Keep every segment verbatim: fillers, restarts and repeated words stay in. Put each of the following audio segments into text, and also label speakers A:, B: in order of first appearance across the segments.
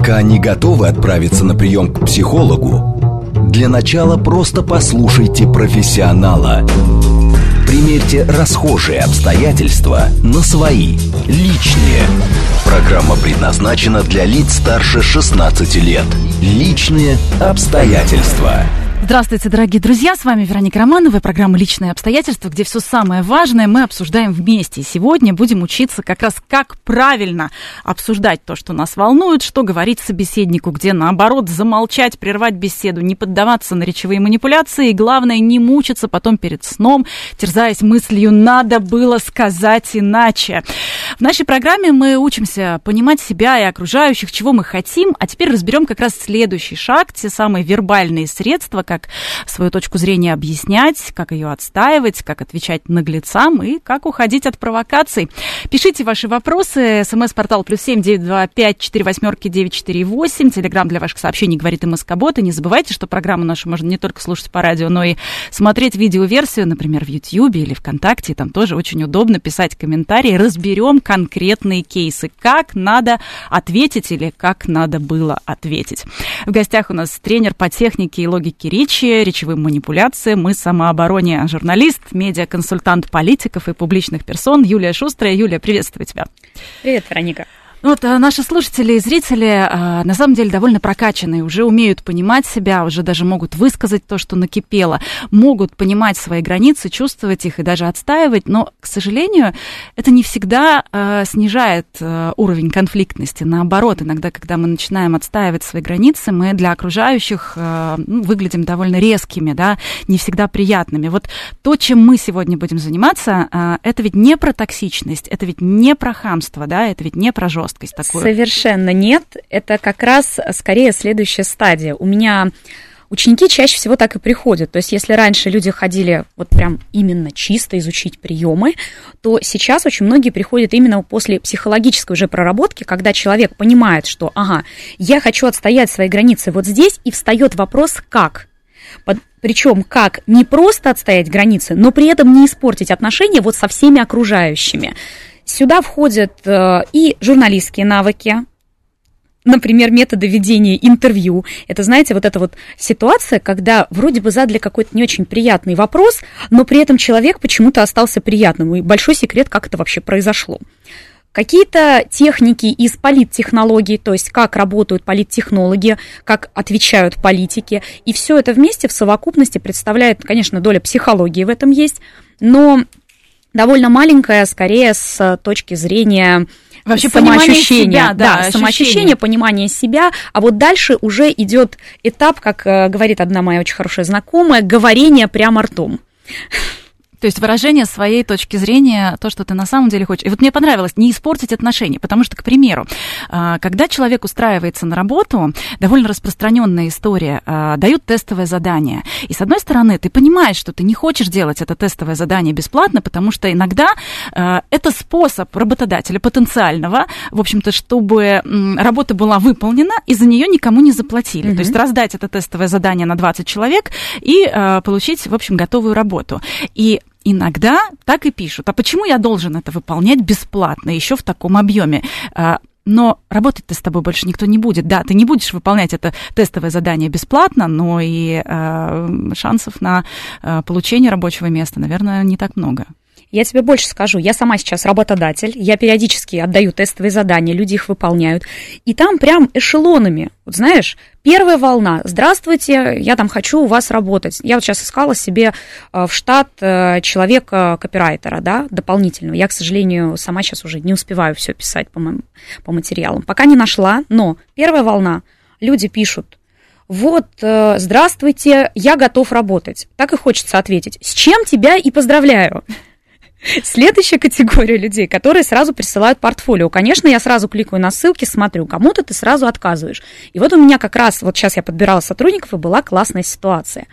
A: Пока не готовы отправиться на прием к психологу, для начала просто послушайте профессионала. Примерьте расхожие обстоятельства на свои, личные. Программа предназначена для лиц старше шестнадцати лет. Личные обстоятельства.
B: Здравствуйте, дорогие друзья, с вами Вероника Романова, программа «Личные обстоятельства», где все самое важное мы обсуждаем вместе. И сегодня будем учиться как раз, как правильно обсуждать то, что нас волнует, что говорить собеседнику, где, наоборот, замолчать, прервать беседу, не поддаваться на речевые манипуляции и, главное, не мучиться потом перед сном, терзаясь мыслью «надо было сказать иначе». В нашей программе мы учимся понимать себя и окружающих, чего мы хотим, а теперь разберем как раз следующий шаг, те самые вербальные средства, как свою точку зрения объяснять, как ее отстаивать, как отвечать наглецам и как уходить от провокаций. Пишите ваши вопросы. СМС-портал плюс семь девять два пять четыре восьмерки девять четыре восемь. Телеграм для ваших сообщений говорит МСК-бот. И не забывайте, что программу нашу можно не только слушать по радио, но и смотреть видеоверсию, например, в Ютьюбе или ВКонтакте. Там тоже очень удобно писать комментарии. Разберем конкретные кейсы, как надо ответить или как надо было ответить. В гостях у нас тренер по технике и логике речи, речевым манипуляциям и самообороне, журналист, медиаконсультант политиков и публичных персон Юлия Шустрая. Юлия, приветствую тебя.
C: Привет, Вероника.
B: Вот наши слушатели и зрители на самом деле довольно прокачанные, уже умеют понимать себя, уже даже могут высказать то, что накипело, могут понимать свои границы, чувствовать их и даже отстаивать, но, к сожалению, это не всегда снижает уровень конфликтности. Наоборот, иногда, когда мы начинаем отстаивать свои границы, мы для окружающих ну, выглядим довольно резкими, да, не всегда приятными. Вот то, чем мы сегодня будем заниматься, это ведь не про токсичность, это ведь не про хамство, да, это ведь не про жесткость. Такую.
C: Совершенно нет. Это как раз скорее следующая стадия. У меня ученики чаще всего так и приходят. То есть если раньше люди ходили вот прям именно чисто изучить приемы, то сейчас очень многие приходят именно после психологической уже проработки, когда человек понимает, что ага, я хочу отстоять свои границы вот здесь, и встает вопрос «как?». Причем как не просто отстоять границы, но при этом не испортить отношения вот со всеми окружающими. Сюда входят э, и журналистские навыки, например, методы ведения интервью. Это, знаете, вот эта вот ситуация, когда вроде бы задали какой-то не очень приятный вопрос, но при этом человек почему-то остался приятным. И большой секрет, как это вообще произошло. Какие-то техники из политтехнологий, то есть как работают политтехнологи, как отвечают политики. И все это вместе в совокупности представляет, конечно, доля психологии в этом есть, но довольно маленькая, скорее, с точки зрения
B: вообще
C: самоощущения.
B: Себя, да,
C: да, самоощущение, понимание себя. А вот дальше уже идет этап, как говорит одна моя очень хорошая знакомая, говорение прямо ртом.
B: То есть выражение своей точки зрения, то, что ты на самом деле хочешь. И вот мне понравилось не испортить отношения, потому что, к примеру, когда человек устраивается на работу, довольно распространенная история, дают тестовое задание. И, с одной стороны, ты понимаешь, что ты не хочешь делать это тестовое задание бесплатно, потому что иногда это способ работодателя потенциального, в общем-то, чтобы работа была выполнена, и за нее никому не заплатили. Mm-hmm. То есть раздать это тестовое задание на двадцать человек и получить, в общем, готовую работу. И иногда так и пишут. А почему я должен это выполнять бесплатно, еще в таком объеме? Но работать-то с тобой больше никто не будет. Да, ты не будешь выполнять это тестовое задание бесплатно, но и э, шансов на э, получение рабочего места, наверное, не так много.
C: Я тебе больше скажу, я сама сейчас работодатель, я периодически отдаю тестовые задания, люди их выполняют, и там прям эшелонами, вот знаешь, первая волна, здравствуйте, я там хочу у вас работать, я вот сейчас искала себе в штат человека-копирайтера, да, дополнительного, я, к сожалению, сама сейчас уже не успеваю все писать по, моим, по материалам, пока не нашла, но первая волна, люди пишут, вот, здравствуйте, я готов работать, так и хочется ответить, с чем тебя и поздравляю. Следующая категория людей, которые сразу присылают портфолио. Конечно, я сразу кликаю на ссылки, смотрю, кому-то ты сразу отказываешь. И вот у меня как раз, вот сейчас я подбирала сотрудников, и была классная ситуация.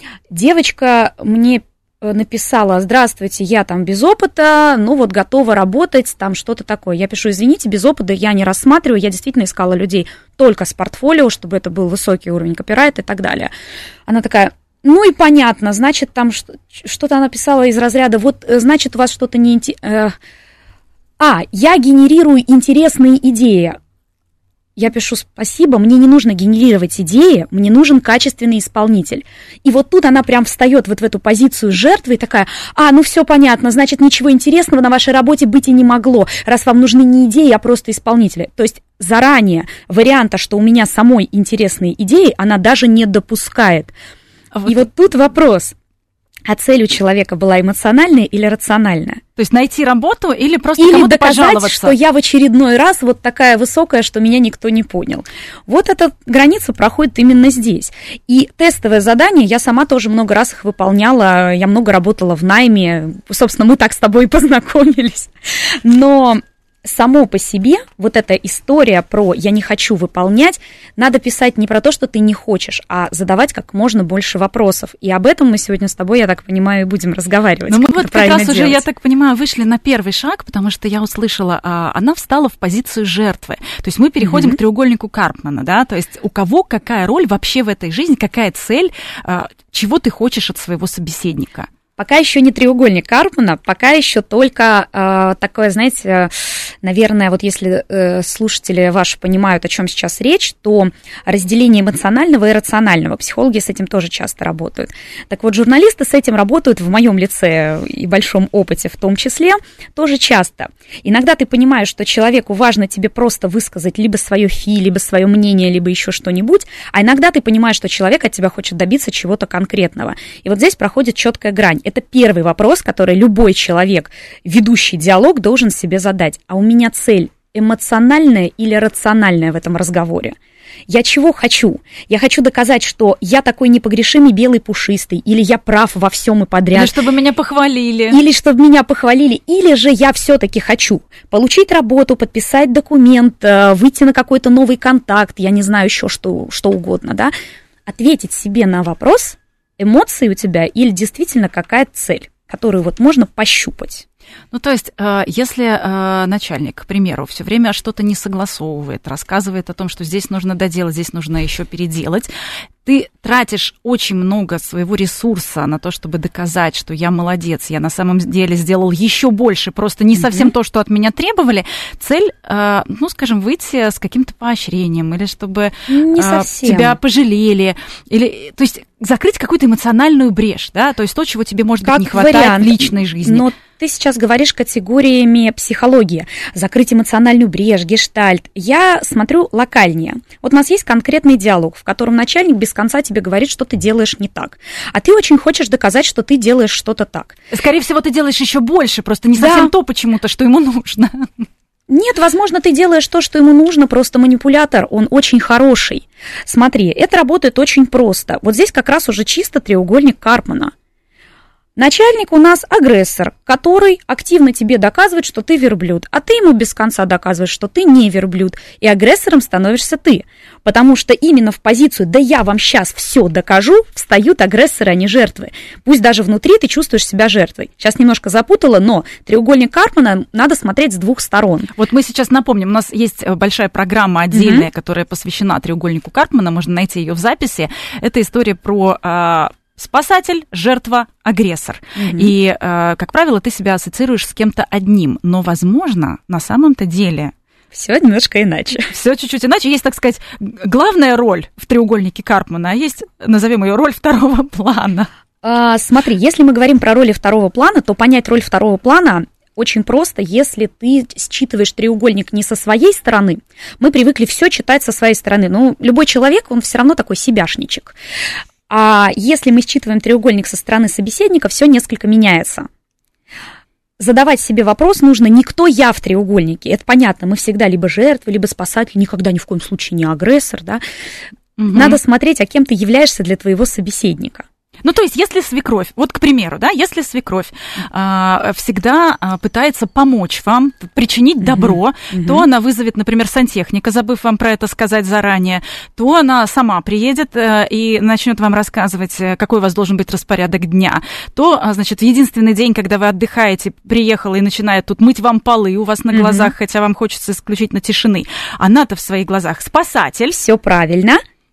C: Девочка мне написала: здравствуйте, я там без опыта, ну вот готова работать, там что-то такое. Я пишу: извините, без опыта я не рассматриваю, я действительно искала людей только с портфолио, чтобы это был высокий уровень копирайта и так далее. Она такая: ну и понятно, значит, там что-то она писала из разряда, вот, значит, у вас что-то не... А, я генерирую интересные идеи. я пишу спасибо, мне не нужно генерировать идеи, мне нужен качественный исполнитель. И вот тут она прям встает вот в эту позицию жертвы и такая, а, ну все понятно, значит, ничего интересного на вашей работе быть и не могло, раз вам нужны не идеи, а просто исполнители. То есть заранее варианта, что у меня самой интересные идеи, она даже не допускает. А вот... И вот тут вопрос. А цель у человека была эмоциональная или рациональная?
B: То есть найти работу или просто
C: или
B: кому-то
C: доказать,
B: пожаловаться?
C: Что я в очередной раз вот такая высокая, что меня никто не понял. Вот эта граница проходит именно здесь. И тестовое задание, я сама тоже много раз их выполняла, я много работала в найме, собственно, мы так с тобой и познакомились. Но... само по себе вот эта история про «я не хочу выполнять», надо писать не про то, что ты не хочешь, а задавать как можно больше вопросов. И об этом мы сегодня с тобой, я так понимаю, и будем разговаривать.
B: Но мы вот как раз уже, я так понимаю, вышли на первый шаг, потому что я услышала, она встала в позицию жертвы. То есть мы переходим mm-hmm. к треугольнику Карпмана, да, то есть у кого какая роль вообще в этой жизни, какая цель, чего ты хочешь от своего собеседника?
C: Пока еще не треугольник Карпмана, пока еще только э, такое, знаете, наверное, вот если э, слушатели ваши понимают, о чем сейчас речь, то разделение эмоционального и рационального. Психологи с этим тоже часто работают. Так вот, журналисты с этим работают в моем лице и большом опыте в том числе тоже часто. Иногда ты понимаешь, что человеку важно тебе просто высказать либо свое фи, либо свое мнение, либо еще что-нибудь, а иногда ты понимаешь, что человек от тебя хочет добиться чего-то конкретного. И вот здесь проходит четкая грань. Это первый вопрос, который любой человек, ведущий диалог, должен себе задать. А у меня цель эмоциональная или рациональная в этом разговоре? Я чего хочу? Я хочу доказать, что я такой непогрешимый белый пушистый, или я прав во всем и подряд.
B: Или чтобы меня похвалили.
C: Или чтобы меня похвалили. Или же я все-таки хочу получить работу, подписать документ, выйти на какой-то новый контакт, я не знаю, еще что, что угодно, да? Ответить себе на вопрос, эмоции у тебя или действительно какая-то цель, которую вот можно пощупать.
B: Ну, то есть, если начальник, к примеру, все время что-то не согласовывает, рассказывает о том, что здесь нужно доделать, здесь нужно еще переделать, ты тратишь очень много своего ресурса на то, чтобы доказать, что я молодец, я на самом деле сделал еще больше, просто не совсем mm-hmm. то, что от меня требовали. Цель, ну, скажем, выйти с каким-то поощрением, или чтобы
C: не совсем.
B: Тебя пожалели, или, то есть, закрыть какую-то эмоциональную брешь, да, то есть то, чего тебе, может
C: как
B: быть, не хватает
C: вариант.
B: В личной жизни.
C: Но ты сейчас говоришь категориями психологии. Закрыть эмоциональную брешь, гештальт. Я смотрю локальнее. Вот у нас есть конкретный диалог, в котором начальник без конца тебе говорит, что ты делаешь не так. А ты очень хочешь доказать, что ты делаешь что-то так.
B: Скорее всего, ты делаешь еще больше, просто не
C: да.
B: совсем то почему-то, что ему нужно.
C: Нет, возможно, ты делаешь то, что ему нужно, просто манипулятор, он очень хороший. Смотри, это работает очень просто. Вот здесь как раз уже чисто треугольник Карпмана. Начальник у нас агрессор, который активно тебе доказывает, что ты верблюд, а ты ему без конца доказываешь, что ты не верблюд, и агрессором становишься ты, потому что именно в позицию «да я вам сейчас все докажу» встают агрессоры, а не жертвы. Пусть даже внутри ты чувствуешь себя жертвой. Сейчас немножко запутала, но треугольник Карпмана надо смотреть с двух сторон.
B: Вот мы сейчас напомним, у нас есть большая программа отдельная, mm-hmm. которая посвящена треугольнику Карпмана, можно найти ее в записи. Это история про... спасатель, жертва, агрессор. Mm-hmm. И, э, как правило, ты себя ассоциируешь с кем-то одним. Но, возможно, на самом-то деле...
C: Все немножко иначе.
B: Все чуть-чуть иначе. Есть, так сказать, главная роль в треугольнике Карпмана, а есть, назовем ее, роль второго плана.
C: А, смотри, если мы говорим про роли второго плана, то понять роль второго плана... очень просто, если ты считываешь треугольник не со своей стороны. Мы привыкли все читать со своей стороны. Но любой человек, он все равно такой себяшничек. А если мы считываем треугольник со стороны собеседника, все несколько меняется. Задавать себе вопрос нужно не кто я в треугольнике. Это понятно, мы всегда либо жертва, либо спасатель, никогда ни в коем случае не агрессор. Да? Угу. Надо смотреть, а кем ты являешься для твоего собеседника.
B: Ну, то есть, если свекровь, вот, к примеру, да, если свекровь а, всегда а, пытается помочь вам, причинить добро, uh-huh. то она вызовет, например, сантехника, забыв вам про это сказать заранее, то она сама приедет а, и начнет вам рассказывать, какой у вас должен быть распорядок дня, то, а, значит, в единственный день, когда вы отдыхаете, приехала и начинает тут мыть вам полы у вас на глазах, uh-huh. хотя вам хочется исключительно тишины, она-то в своих глазах спасатель.
C: Все правильно.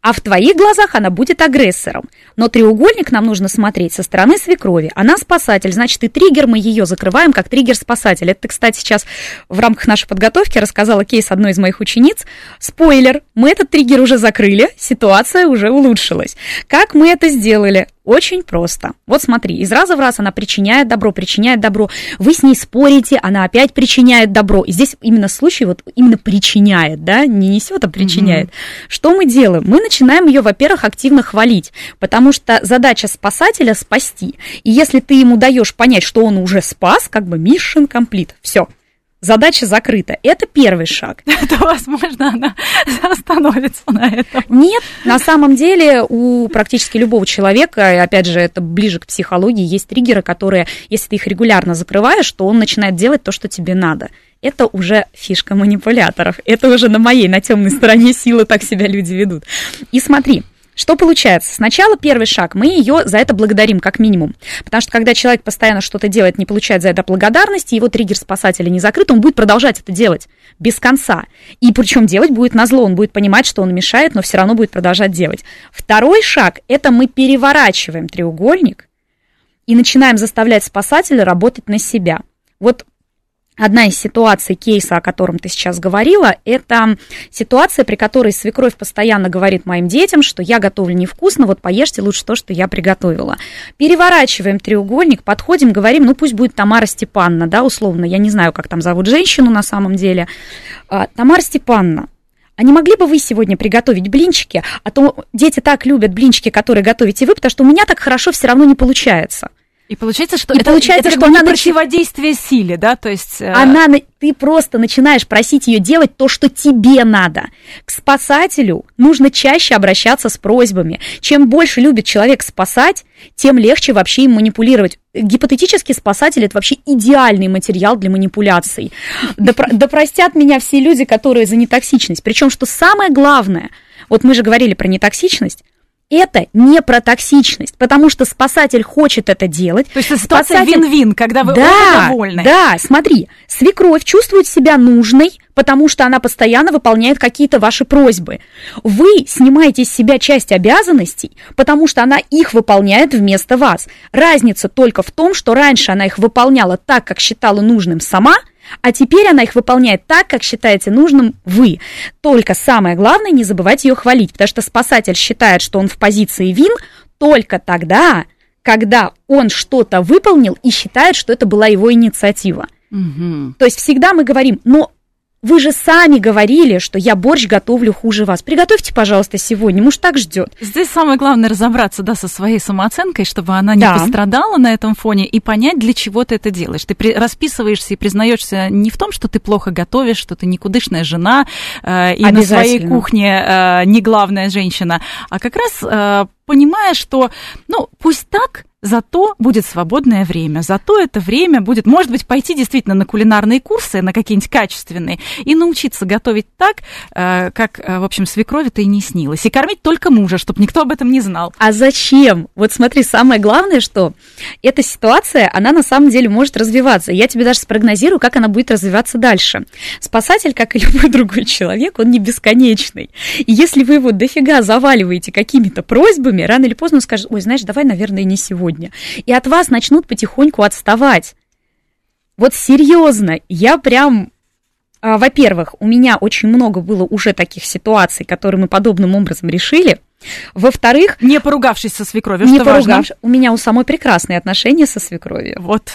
C: А в твоих глазах она будет агрессором. Но треугольник нам нужно смотреть со стороны свекрови. Она спасатель, значит, и триггер мы ее закрываем как триггер-спасатель. Это ты, кстати, сейчас в рамках нашей подготовки рассказала кейс одной из моих учениц. Спойлер, мы этот триггер уже закрыли, ситуация уже улучшилась. Как мы это сделали? Очень просто. Вот смотри, из раза в раз она причиняет добро, причиняет добро. Вы с ней спорите, она опять причиняет добро. И здесь именно случай вот именно причиняет, да, не несет, а причиняет. Mm-hmm. Что мы делаем? Мы начинаем ее, во-первых, активно хвалить, потому что задача спасателя спасти. И если ты ему даешь понять, что он уже спас, как бы mission complete, все. Задача закрыта. Это первый шаг.
B: То, возможно, она остановится на этом.
C: Нет, на самом деле у практически любого человека, и опять же, это ближе к психологии, есть триггеры, которые, если ты их регулярно закрываешь, то он начинает делать то, что тебе надо. Это уже фишка манипуляторов. Это уже на моей, на темной стороне силы так себя люди ведут. И смотри. Что получается? Сначала первый шаг, мы ее за это благодарим как минимум, потому что когда человек постоянно что-то делает, не получает за это благодарности, его триггер спасателя не закрыт, он будет продолжать это делать без конца. И причем делать будет назло, он будет понимать, что он мешает, но все равно будет продолжать делать. Второй шаг, это мы переворачиваем треугольник и начинаем заставлять спасателя работать на себя. Вот одна из ситуаций кейса, о котором ты сейчас говорила, это ситуация, при которой свекровь постоянно говорит моим детям, что я готовлю невкусно, вот поешьте лучше то, что я приготовила. Переворачиваем треугольник, подходим, говорим, ну пусть будет Тамара Степановна, да, условно, я не знаю, как там зовут женщину на самом деле. Тамара Степановна, а не могли бы вы сегодня приготовить блинчики, а то дети так любят блинчики, которые готовите вы, потому что у меня так хорошо все равно не получается.
B: И получается, что
C: и
B: это,
C: получается,
B: это
C: что она
B: противодействие нач... силе, да, то есть...
C: Она, ты просто начинаешь просить ее делать то, что тебе надо. К спасателю нужно чаще обращаться с просьбами. Чем больше любит человек спасать, тем легче вообще им манипулировать. Гипотетический спасатель – это вообще идеальный материал для манипуляций. Да, да простят меня все люди, которые за нетоксичность. Причем, что самое главное, вот мы же говорили про нетоксичность, это не про токсичность, потому что спасатель хочет это делать.
B: То есть это ситуация спасатель... вин-вин, когда вы
C: да,
B: оба довольны.
C: Да, смотри, свекровь чувствует себя нужной, потому что она постоянно выполняет какие-то ваши просьбы. Вы снимаете с себя часть обязанностей, потому что она их выполняет вместо вас. Разница только в том, что раньше она их выполняла так, как считала нужным сама, а теперь она их выполняет так, как считаете нужным вы. Только самое главное, не забывайте ее хвалить, потому что спасатель считает, что он в позиции вин только тогда, когда он что-то выполнил и считает, что это была его инициатива.
B: Угу.
C: То есть всегда мы говорим, но вы же сами говорили, что я борщ готовлю хуже вас. Приготовьте, пожалуйста, сегодня, муж так ждет.
B: Здесь самое главное разобраться, да, со своей самооценкой, чтобы она не
C: да.
B: пострадала на этом фоне, и понять, для чего ты это делаешь. Ты при, расписываешься и признаешься не в том, что ты плохо готовишь, что ты никудышная жена э, и на своей кухне э, не главная женщина, а как раз э, понимая, что, ну, пусть так, зато будет свободное время, зато это время будет, может быть, пойти действительно на кулинарные курсы, на какие-нибудь качественные, и научиться готовить так, как, в общем, свекрови-то и не снилось. И кормить только мужа, чтобы никто об этом не знал.
C: А зачем? Вот смотри, самое главное, что эта ситуация, она на самом деле может развиваться. Я тебе даже спрогнозирую, как она будет развиваться дальше. Спасатель, как и любой другой человек, он не бесконечный. И если вы его дофига заваливаете какими-то просьбами, рано или поздно он скажет, ой, знаешь, давай, наверное, не сегодня. И от вас начнут потихоньку отставать. Вот серьезно, я прям... А, во-первых, у меня очень много было уже таких ситуаций, которые мы подобным образом решили. Во-вторых...
B: Не поругавшись со свекровью,
C: не
B: что важно.
C: Поругавшись. У меня у самой прекрасные отношения со свекровью.
B: Вот,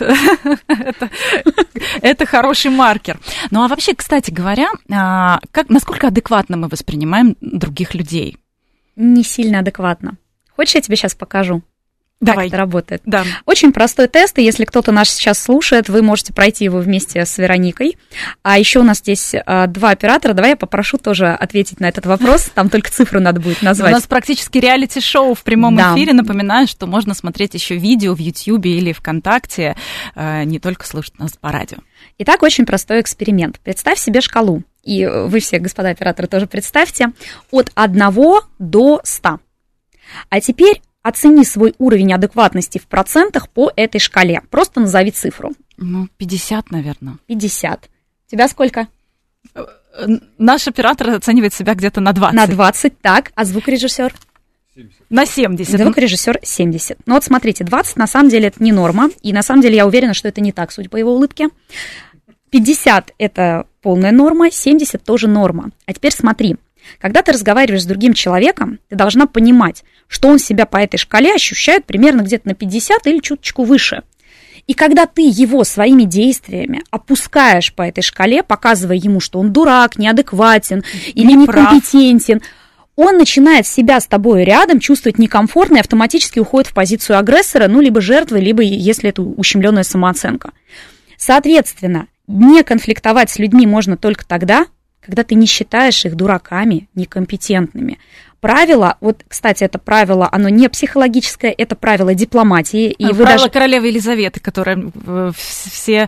B: это хороший маркер. Ну, а вообще, кстати говоря, как, насколько адекватно мы воспринимаем других людей?
C: Не сильно адекватно. Хочешь, я тебе сейчас покажу?
B: Давай.
C: Как это работает.
B: Да.
C: Очень простой тест, и если кто-то нас сейчас слушает, вы можете пройти его вместе с Вероникой. А еще у нас здесь а, два оператора. Давай я попрошу тоже ответить на этот вопрос. Там только цифру надо будет назвать.
B: У нас практически реалити-шоу в прямом
C: да.
B: эфире. Напоминаю, что можно смотреть еще видео в Ютьюбе или ВКонтакте, не только слушать нас по радио.
C: Итак, очень простой эксперимент. Представь себе шкалу. И вы все, господа операторы, тоже представьте. От одного до ста. А теперь... оцени свой уровень адекватности в процентах по этой шкале. Просто назови цифру.
B: Ну, пятьдесят, наверное.
C: пятьдесят. У тебя сколько?
B: Наш оператор оценивает себя где-то на двадцать.
C: На двадцать, так. А звукорежиссер?
B: семьдесят. На семьдесят.
C: Звукорежиссер семьдесят. Ну вот смотрите, двадцать на самом деле это не норма. И на самом деле я уверена, что это не так, судя по его улыбке. пятьдесят это полная норма, семьдесят тоже норма. А теперь смотри. Когда ты разговариваешь с другим человеком, ты должна понимать, что он себя по этой шкале ощущает примерно где-то на пятьдесят или чуточку выше. И когда ты его своими действиями опускаешь по этой шкале, показывая ему, что он дурак, неадекватен или некомпетентен, он начинает себя с тобой рядом чувствовать некомфортно и автоматически уходит в позицию агрессора, ну, либо жертвы, либо, если это ущемленная самооценка. Соответственно, не конфликтовать с людьми можно только тогда, когда ты не считаешь их дураками, некомпетентными. Правило, вот, кстати, это правило, оно не психологическое, это правило дипломатии. И
B: а,
C: вы
B: правило
C: даже...
B: королевы Елизаветы, которая все,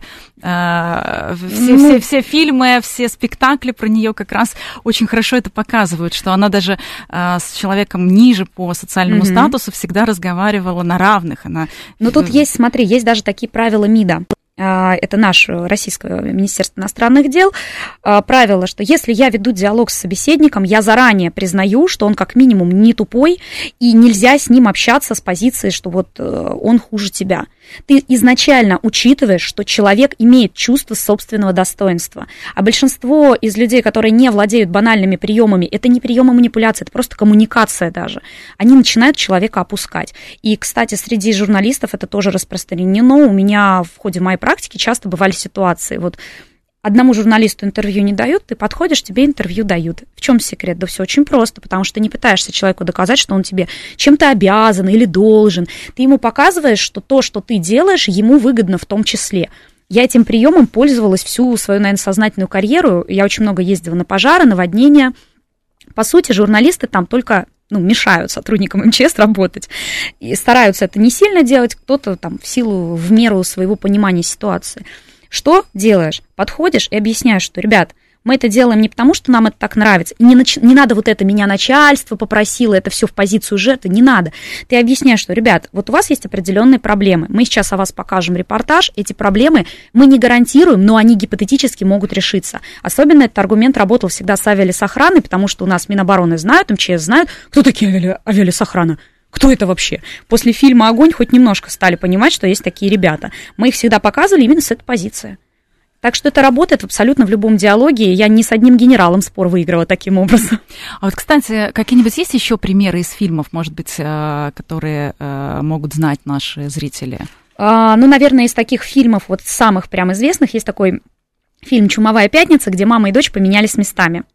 B: э, все,
C: ну...
B: все, все фильмы, все спектакли про нее как раз очень хорошо это показывают, что она даже э, с человеком ниже по социальному mm-hmm. статусу всегда разговаривала на равных. Она...
C: Ну, тут есть, смотри, есть даже такие правила МИДа. Это наше российское Министерство иностранных дел, правило, что если я веду диалог с собеседником, я заранее признаю, что он как минимум не тупой, и нельзя с ним общаться с позиции, что вот он хуже тебя. Ты изначально учитываешь, что человек имеет чувство собственного достоинства. А большинство из людей, которые не владеют банальными приемами, это не приемы манипуляции, это просто коммуникация даже. Они начинают человека опускать. И, кстати, среди журналистов это тоже распространено. У меня в ходе моей практики часто бывали ситуации. Вот одному журналисту интервью не дают, ты подходишь, тебе интервью дают. В чем секрет? Да все очень просто, потому что ты не пытаешься человеку доказать, что он тебе чем-то обязан или должен. Ты ему показываешь, что то, что ты делаешь, ему выгодно в том числе. Я этим приемом пользовалась всю свою, наверное, сознательную карьеру. Я очень много ездила на пожары, наводнения. По сути, журналисты там только... ну, мешают сотрудникам эм че эс работать и стараются это не сильно делать, кто-то там в силу, в меру своего понимания ситуации. Что делаешь? Подходишь и объясняешь, что, ребят, мы это делаем не потому, что нам это так нравится, и не, нач... не надо вот это, меня начальство попросило, это все в позицию жертвы, не надо. Ты объясняешь, что, ребят, вот у вас есть определенные проблемы, мы сейчас о вас покажем репортаж, эти проблемы мы не гарантируем, но они гипотетически могут решиться. Особенно этот аргумент работал всегда с авиалесохраной, потому что у нас Минобороны знают, эм че эс знают, кто такие ави... авиалесохрана. Кто это вообще? После фильма «Огонь» хоть немножко стали понимать, что есть такие ребята. Мы их всегда показывали именно с этой позиции. Так что это работает абсолютно в любом диалоге. Я не с одним генералом спор выиграла таким образом.
B: А вот, кстати, какие-нибудь есть еще примеры из фильмов, может быть, которые могут знать наши зрители?
C: А, ну, наверное, из таких фильмов, вот самых прям известных, есть такой фильм «Чумовая пятница», где мама и дочь поменялись местами.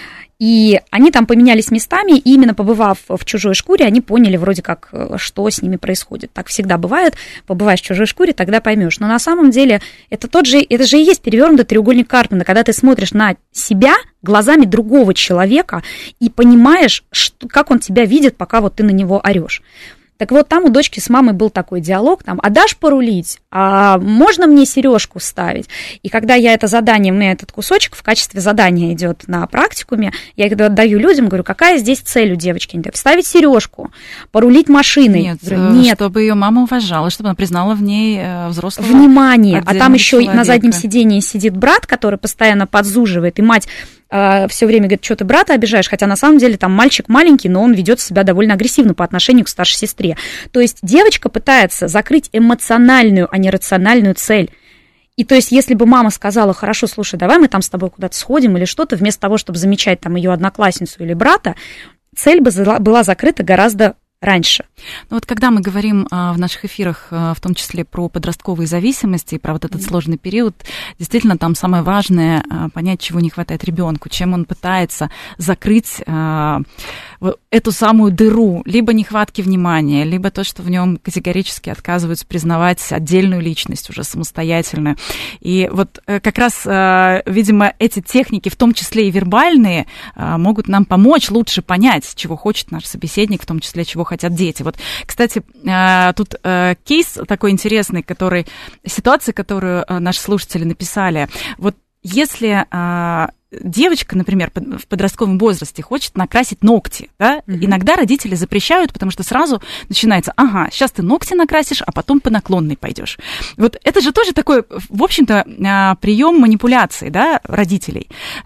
C: И они там поменялись местами, и именно побывав в чужой шкуре, они поняли вроде как, что с ними происходит. Так всегда бывает, побываешь в чужой шкуре, тогда поймешь. Но на самом деле это, тот же, это же и есть перевернутый треугольник Карпмана, когда ты смотришь на себя глазами другого человека и понимаешь, что, как он тебя видит, пока вот ты на него орешь. Так вот, там у дочки с мамой был такой диалог, там, а дашь порулить, а можно мне сережку ставить? И когда я это задание, у меня этот кусочек в качестве задания идет на практикуме, я их даю людям, говорю, какая здесь цель у девочки? Они говорят, вставить сережку, порулить машиной.
B: Нет,
C: говорю, нет,
B: чтобы ее мама уважала, чтобы она признала в ней взрослого.
C: Внимание, а там еще
B: человека.
C: На заднем сидении сидит брат, который постоянно подзуживает, и мать все время говорит, что ты брата обижаешь, хотя на самом деле там мальчик маленький, но он ведет себя довольно агрессивно по отношению к старшей сестре. То есть девочка пытается закрыть эмоциональную, а не рациональную цель. И то есть если бы мама сказала, хорошо, слушай, давай мы там с тобой куда-то сходим или что-то, вместо того, чтобы замечать там ее одноклассницу или брата, цель бы была закрыта гораздо раньше.
B: Ну вот когда мы говорим а, в наших эфирах, а, в том числе про подростковые зависимости, про вот этот mm-hmm. сложный период, действительно там самое важное а, понять, чего не хватает ребенку, чем он пытается закрыть а, эту самую дыру, либо нехватки внимания, либо то, что в нем категорически отказываются признавать отдельную личность уже самостоятельную. И вот как раз, а, видимо, эти техники, в том числе и вербальные, а, могут нам помочь лучше понять, чего хочет наш собеседник, в том числе чего хотят дети. Вот, кстати, тут кейс такой интересный, который, ситуация, которую наши слушатели написали. Вот если девочка, например, в подростковом возрасте хочет накрасить ногти, да, mm-hmm. иногда родители запрещают, потому что сразу начинается, ага, сейчас ты ногти накрасишь, а потом по наклонной пойдешь. Вот это же тоже такой, в общем-то, прием манипуляции, да, родителей.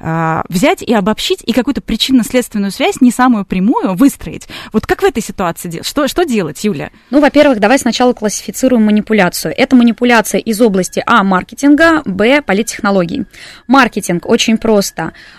B: Взять и обобщить, и какую-то причинно-следственную связь, не самую прямую, выстроить. Вот как в этой ситуации делать? Что, что делать, Юля?
C: Ну, во-первых, давай сначала классифицируем манипуляцию. Это манипуляция из области А, маркетинга, Б, политтехнологий. Маркетинг очень просто.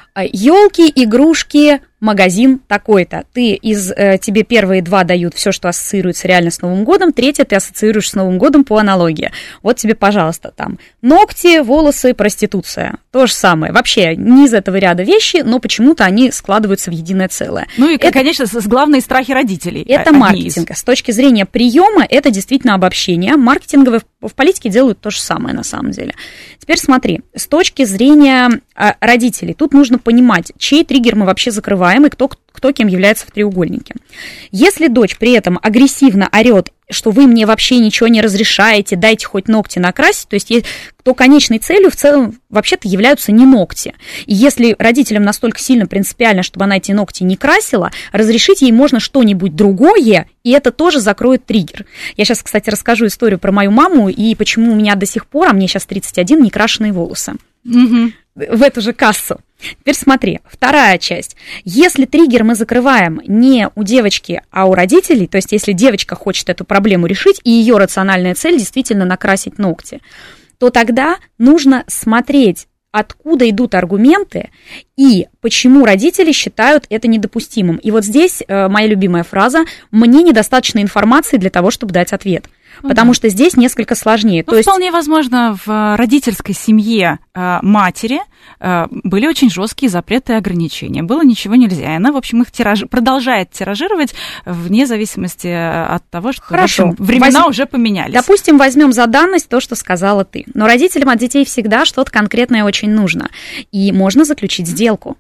C: Ёлки, игрушки, магазин такой-то. Ты из, э, тебе первые два дают все, что ассоциируется реально с Новым годом, третье ты ассоциируешь с Новым годом по аналогии. Вот тебе, пожалуйста, там ногти, волосы, проституция. То же самое. Вообще не из этого ряда вещи, но почему-то они складываются в единое целое.
B: Ну и, это, конечно, с главные страхи родителей.
C: Это маркетинг. Из... С точки зрения приема это действительно обобщение. Маркетинговые в политике делают то же самое на самом деле. Теперь смотри, с точки зрения э, родителей, тут нужно понимать, чей триггер мы вообще закрываем и кто, кто кем является в треугольнике. Если дочь при этом агрессивно орет, что вы мне вообще ничего не разрешаете, дайте хоть ногти накрасить, то есть, то конечной целью в целом вообще-то являются не ногти. И если родителям настолько сильно принципиально, чтобы она эти ногти не красила, разрешить ей можно что-нибудь другое, и это тоже закроет триггер. Я сейчас, кстати, расскажу историю про мою маму и почему у меня до сих пор, а мне сейчас тридцать один, не крашеные волосы. Mm-hmm. В эту же кассу. Теперь смотри, вторая часть. Если триггер мы закрываем не у девочки, а у родителей, то есть если девочка хочет эту проблему решить, и ее рациональная цель действительно накрасить ногти, то тогда нужно смотреть, откуда идут аргументы и почему родители считают это недопустимым. И вот здесь э, моя любимая фраза «мне недостаточно информации для того, чтобы дать ответ». Потому что здесь несколько сложнее.
B: Ну,
C: То есть...
B: Вполне возможно, в родительской семье э, матери э, были очень жесткие запреты и ограничения. Было ничего нельзя. И она, в общем, их тираж... продолжает тиражировать вне зависимости от того, что
C: Хорошо.
B: В общем, времена
C: Возь...
B: уже поменялись.
C: Допустим, возьмем за данность то, что сказала ты. Но родителям от детей всегда что-то конкретное очень нужно. И можно заключить сделку.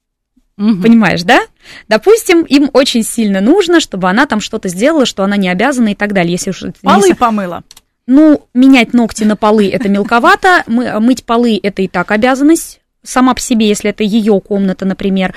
C: Угу. Понимаешь, да? Допустим, им очень сильно нужно, чтобы она там что-то сделала, что она не обязана и так далее. Если уж
B: полы
C: не...
B: помыла.
C: Ну, менять ногти на полы – это мелковато, Мы, мыть полы – это и так обязанность сама по себе, если это ее комната, например.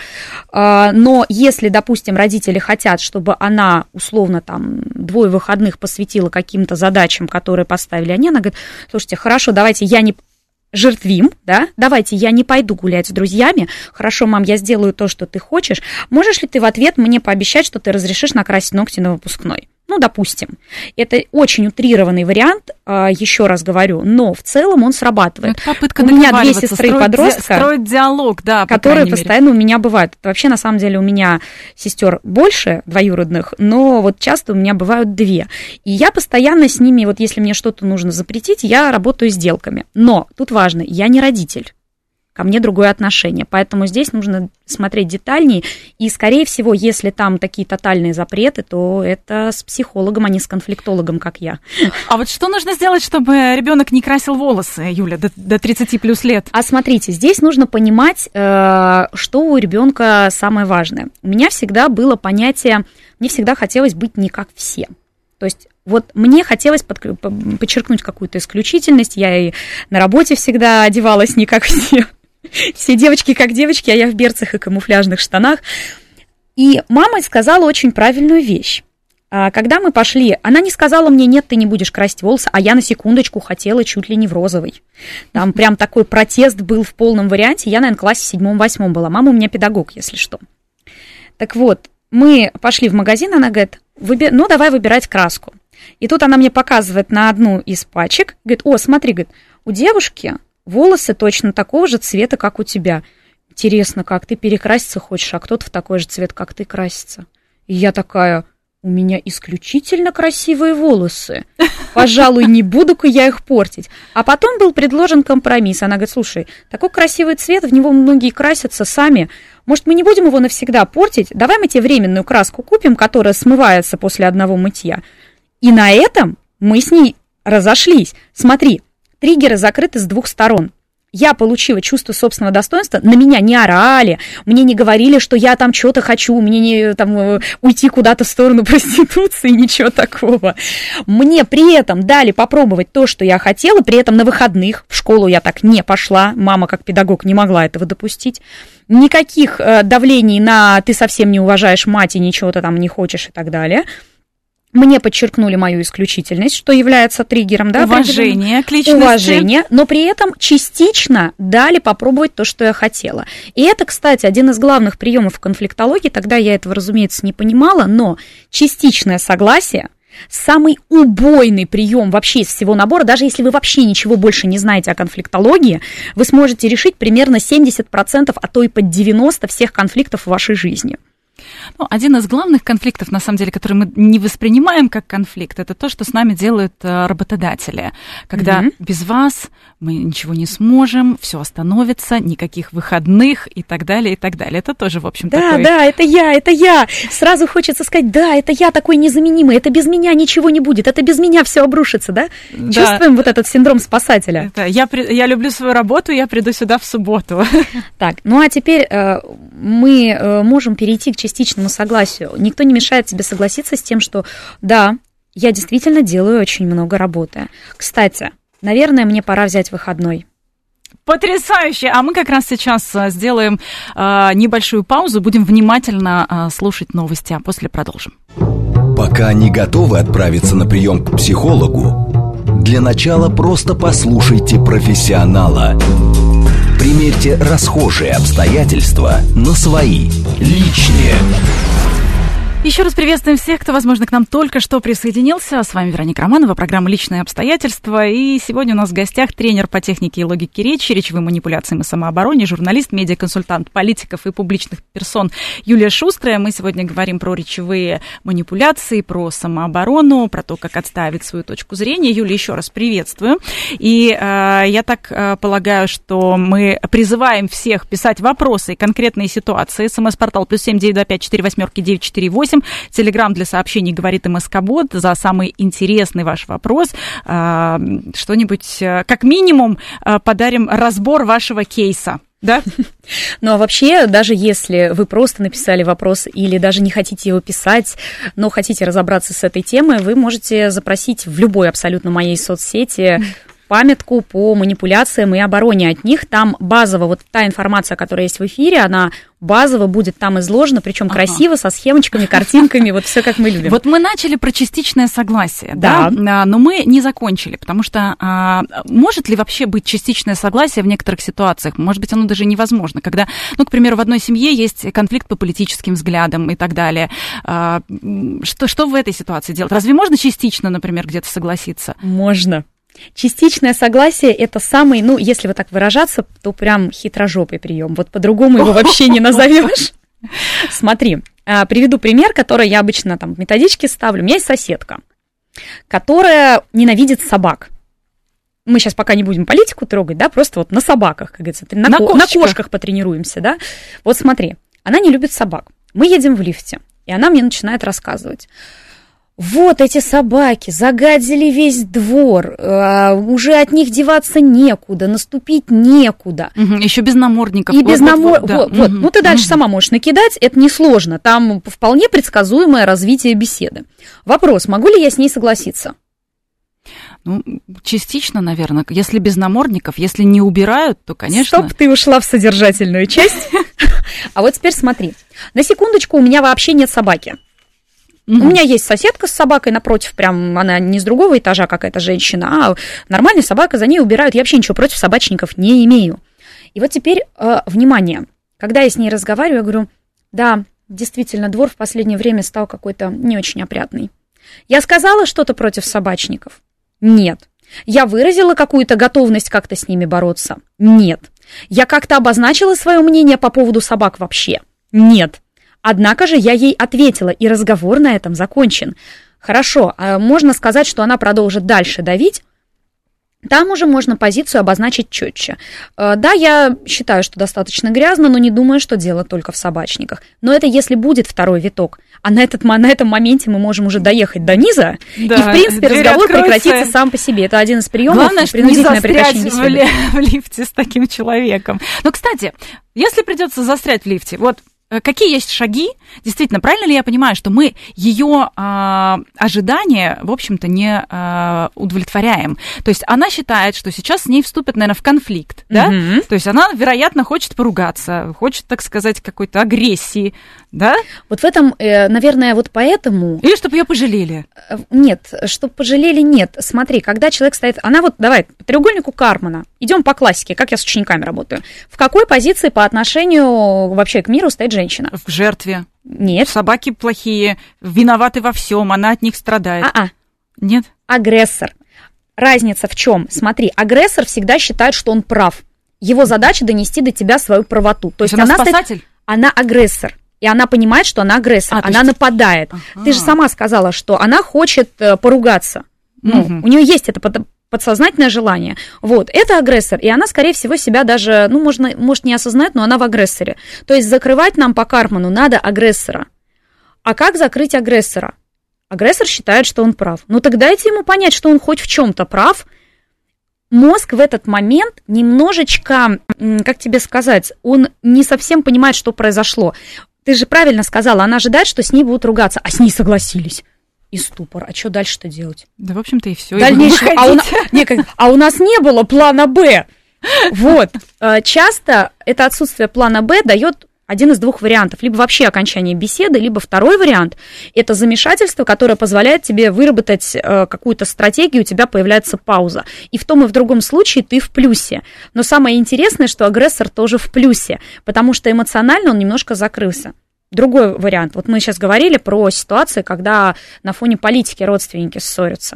C: Но если, допустим, родители хотят, чтобы она условно там двое выходных посвятила каким-то задачам, которые поставили они, она говорит: слушайте, хорошо, давайте я не... жертвим, да, давайте я не пойду гулять с друзьями, хорошо, мам, я сделаю то, что ты хочешь, можешь ли ты в ответ мне пообещать, что ты разрешишь накрасить ногти на выпускной? Ну, допустим. Это очень утрированный вариант, еще раз говорю, но в целом он срабатывает.
B: Это попытка
C: у меня две сестры подростка,
B: строить диалог, да, по
C: которые постоянно у меня бывают. Вообще, на самом деле, у меня сестер больше двоюродных, но вот часто у меня бывают две. И я постоянно с ними, вот если мне что-то нужно запретить, я работаю сделками. Но тут важно, я не родитель. Ко мне другое отношение, поэтому здесь нужно смотреть детальнее, и, скорее всего, если там такие тотальные запреты, то это с психологом, а не с конфликтологом, как я.
B: А вот что нужно сделать, чтобы ребенок не красил волосы, Юля, до, до тридцати плюс лет?
C: А смотрите, здесь нужно понимать, что у ребенка самое важное. У меня всегда было понятие, мне всегда хотелось быть не как все. То есть вот мне хотелось под, подчеркнуть какую-то исключительность, я и на работе всегда одевалась не как все. Все девочки как девочки, а я в берцах и камуфляжных штанах. И мама сказала очень правильную вещь. Когда мы пошли, она не сказала мне: нет, ты не будешь красить волосы, а я на секундочку хотела чуть ли не в розовый. Там прям такой протест был в полном варианте. Я, наверное, в классе седьмом-восьмом была. Мама у меня педагог, если что. Так вот, мы пошли в магазин, она говорит: Выби... ну, давай выбирать краску. И тут она мне показывает на одну из пачек, говорит: о, смотри, говорит, у девушки волосы точно такого же цвета, как у тебя. Интересно, как ты перекраситься хочешь, а кто-то в такой же цвет, как ты, красится. И я такая: у меня исключительно красивые волосы. Пожалуй, не буду-ка я их портить. А потом был предложен компромисс. Она говорит: слушай, такой красивый цвет, в него многие красятся сами. Может, мы не будем его навсегда портить? Давай мы тебе временную краску купим, которая смывается после одного мытья. И на этом мы с ней разошлись. Смотри, триггеры закрыты с двух сторон. я получила чувство собственного достоинства, на меня не орали, мне не говорили, что я там что-то хочу, мне не там уйти куда-то в сторону проституции, ничего такого. Мне при этом дали попробовать то, что я хотела, при этом на выходных, в школу я так не пошла, мама как педагог не могла этого допустить. Никаких э, давлений на «ты совсем не уважаешь мать и ничего ты там не хочешь» и так далее. Мне подчеркнули мою исключительность, что является триггером, да?
B: Уважение к личности.
C: Уважение, но при этом частично дали попробовать то, что я хотела. И это, кстати, один из главных приемов конфликтологии, тогда я этого, разумеется, не понимала, но частичное согласие – самый убойный прием вообще из всего набора. Даже если вы вообще ничего больше не знаете о конфликтологии, вы сможете решить примерно семьдесят процентов, а то и под девяносто процентов всех конфликтов в вашей жизни.
B: Ну, один из главных конфликтов, на самом деле, который мы не воспринимаем как конфликт, это то, что с нами делают работодатели. Когда mm-hmm. без вас мы ничего не сможем, все остановится, никаких выходных и так далее, и так далее. Это тоже, в общем,
C: да,
B: такой...
C: Да, да, это я, это я. Сразу хочется сказать, да, это я такой незаменимый, это без меня ничего не будет, это без меня все обрушится, да? да. Чувствуем вот этот синдром спасателя.
B: Это, я, я люблю свою работу, я приду сюда в субботу.
C: Так, ну а теперь э, мы э, можем перейти к частичному согласию. Никто не мешает тебе согласиться с тем, что да, я действительно делаю очень много работы. Кстати, наверное, мне пора взять выходной.
B: Потрясающе! А мы как раз сейчас сделаем э, небольшую паузу, будем внимательно э, слушать новости, а после продолжим.
A: Пока не готовы отправиться на прием к психологу, для начала просто послушайте профессионала. Примерьте расхожие обстоятельства на свои, личные.
B: Еще раз приветствуем всех, кто, возможно, к нам только что присоединился. С вами Вероника Романова, программа «Личные обстоятельства». И сегодня у нас в гостях тренер по технике и логике речи, речевым манипуляциям и самообороне, журналист, медиаконсультант политиков и публичных персон Юлия Шустрая. Мы сегодня говорим про речевые манипуляции, про самооборону, про то, как отстаивать свою точку зрения. Юлия, еще раз приветствую. И э, я так э, полагаю, что мы призываем всех писать вопросы и конкретные ситуации. СМС-портал плюс семь девять два пять четыре восьмерки девять четыре восемь. Телеграм для сообщений говорит МСК-бот. За самый интересный ваш вопрос э, что-нибудь, э, как минимум, э, подарим разбор вашего кейса. Да?
C: Ну, а вообще, даже если вы просто написали вопрос или даже не хотите его писать, но хотите разобраться с этой темой, вы можете запросить в любой абсолютно моей соцсети памятку по манипуляциям и обороне от них. Там базово, вот та информация, которая есть в эфире, она базово будет там изложена, причем ага. красиво, со схемочками, картинками, вот все как мы любим.
B: Вот мы начали про частичное согласие, да, да? Но мы не закончили, потому что а, может ли вообще быть частичное согласие в некоторых ситуациях? Может быть, оно даже невозможно, когда, ну, к примеру, в одной семье есть конфликт по политическим взглядам и так далее. А, что, что в этой ситуации делать? Разве можно частично, например, где-то согласиться?
C: Можно. Частичное согласие – это самый, ну, если вот так выражаться, то прям хитрожопый прием. Вот по-другому его вообще не назовешь. Смотри, приведу пример, который я обычно там в методичке ставлю. У меня есть соседка, которая ненавидит собак. Мы сейчас пока не будем политику трогать, да, просто вот на собаках, как говорится, на, на, ко- на кошках потренируемся, да. Вот смотри, она не любит собак. Мы едем в лифте, и она мне начинает рассказывать. Вот эти собаки загадили весь двор, э, уже от них деваться некуда, наступить некуда.
B: Угу, еще без намордников.
C: И без намордников.
B: Да.
C: Вот, вот.
B: Угу,
C: Ну, ты дальше
B: угу.
C: сама можешь накидать, это несложно. Там вполне предсказуемое развитие беседы. Вопрос, могу ли я с ней согласиться?
B: Ну, частично, наверное. Если без намордников, если не убирают, то, конечно...
C: Стоп, ты ушла в содержательную часть. А вот теперь смотри. На секундочку, у меня вообще нет собаки. Mm-hmm. У меня есть соседка с собакой напротив, прям она не с другого этажа какая-то женщина, а нормальная собака, за ней убирают. Я вообще ничего против собачников не имею. И вот теперь, э, внимание, когда я с ней разговариваю, я говорю, да, действительно, двор в последнее время стал какой-то не очень опрятный. Я сказала что-то против собачников? Нет. Я выразила какую-то готовность как-то с ними бороться? Нет. Я как-то обозначила свое мнение по поводу собак вообще? Нет. Однако же я ей ответила, и разговор на этом закончен. Хорошо, а можно сказать, что она продолжит дальше давить? там уже можно позицию обозначить четче. Да, я считаю, что достаточно грязно, но не думаю, что дело только в собачниках. Но это если будет второй виток. А на, этот, на этом моменте мы можем уже доехать до низа, да, и, в принципе, разговор откроется. Прекратится сам по себе. Это один из приемов.
B: Главное, что не застрять в, ли, в лифте с таким человеком. Но, кстати, если придется застрять в лифте, вот какие есть шаги? Действительно, правильно ли я понимаю, что мы ее э, ожидания, в общем-то, не э, удовлетворяем? То есть она считает, что сейчас с ней вступят, наверное, в конфликт, да? Mm-hmm. То есть она, вероятно, хочет поругаться, хочет, так сказать, какой-то агрессии, да?
C: Вот в этом, наверное, вот поэтому...
B: Или чтобы ее пожалели?
C: Нет, чтобы пожалели, нет. Смотри, когда человек стоит... Она вот, давай, по треугольнику Карпмана. Идем по классике, как я с учениками работаю. В какой позиции по отношению вообще к миру стоит женщина? Женщина.
B: В жертве.
C: Нет.
B: Собаки плохие, виноваты во всем, она от них страдает.
C: А-а.
B: Нет.
C: Агрессор. Разница в чем? Смотри, агрессор всегда считает, что он прав. Его задача донести до тебя свою правоту. То, То есть, есть она,
B: она спасатель?
C: Стоит, она агрессор. И она понимает, что она агрессор, а, она есть... нападает. Ага. Ты же сама сказала, что она хочет поругаться. Ну, угу. У нее есть это подсознательное желание. Вот, это агрессор, и она, скорее всего, себя даже, ну, можно, может, не осознает, но она в агрессоре. То есть закрывать нам по Карпману надо агрессора. А как закрыть агрессора? Агрессор считает, что он прав. Ну, так дайте ему понять, что он хоть в чем-то прав. Мозг в этот момент немножечко, как тебе сказать, он не совсем понимает, что произошло. Ты же правильно сказала, она ожидает, что с ней будут ругаться, а с ней согласились. И ступор. А что дальше-то делать?
B: Да, в общем-то, и все.
C: Дальнейшее. А, у на... не, как... а у нас не было плана Б. Вот. Часто это отсутствие плана Б дает один из двух вариантов. Либо вообще окончание беседы, либо второй вариант – это замешательство, которое позволяет тебе выработать какую-то стратегию, у тебя появляется пауза. И в том и в другом случае ты в плюсе. Но самое интересное, что агрессор тоже в плюсе, потому что эмоционально он немножко закрылся. Другой вариант. Вот мы сейчас говорили про ситуации, когда на фоне политики родственники ссорятся.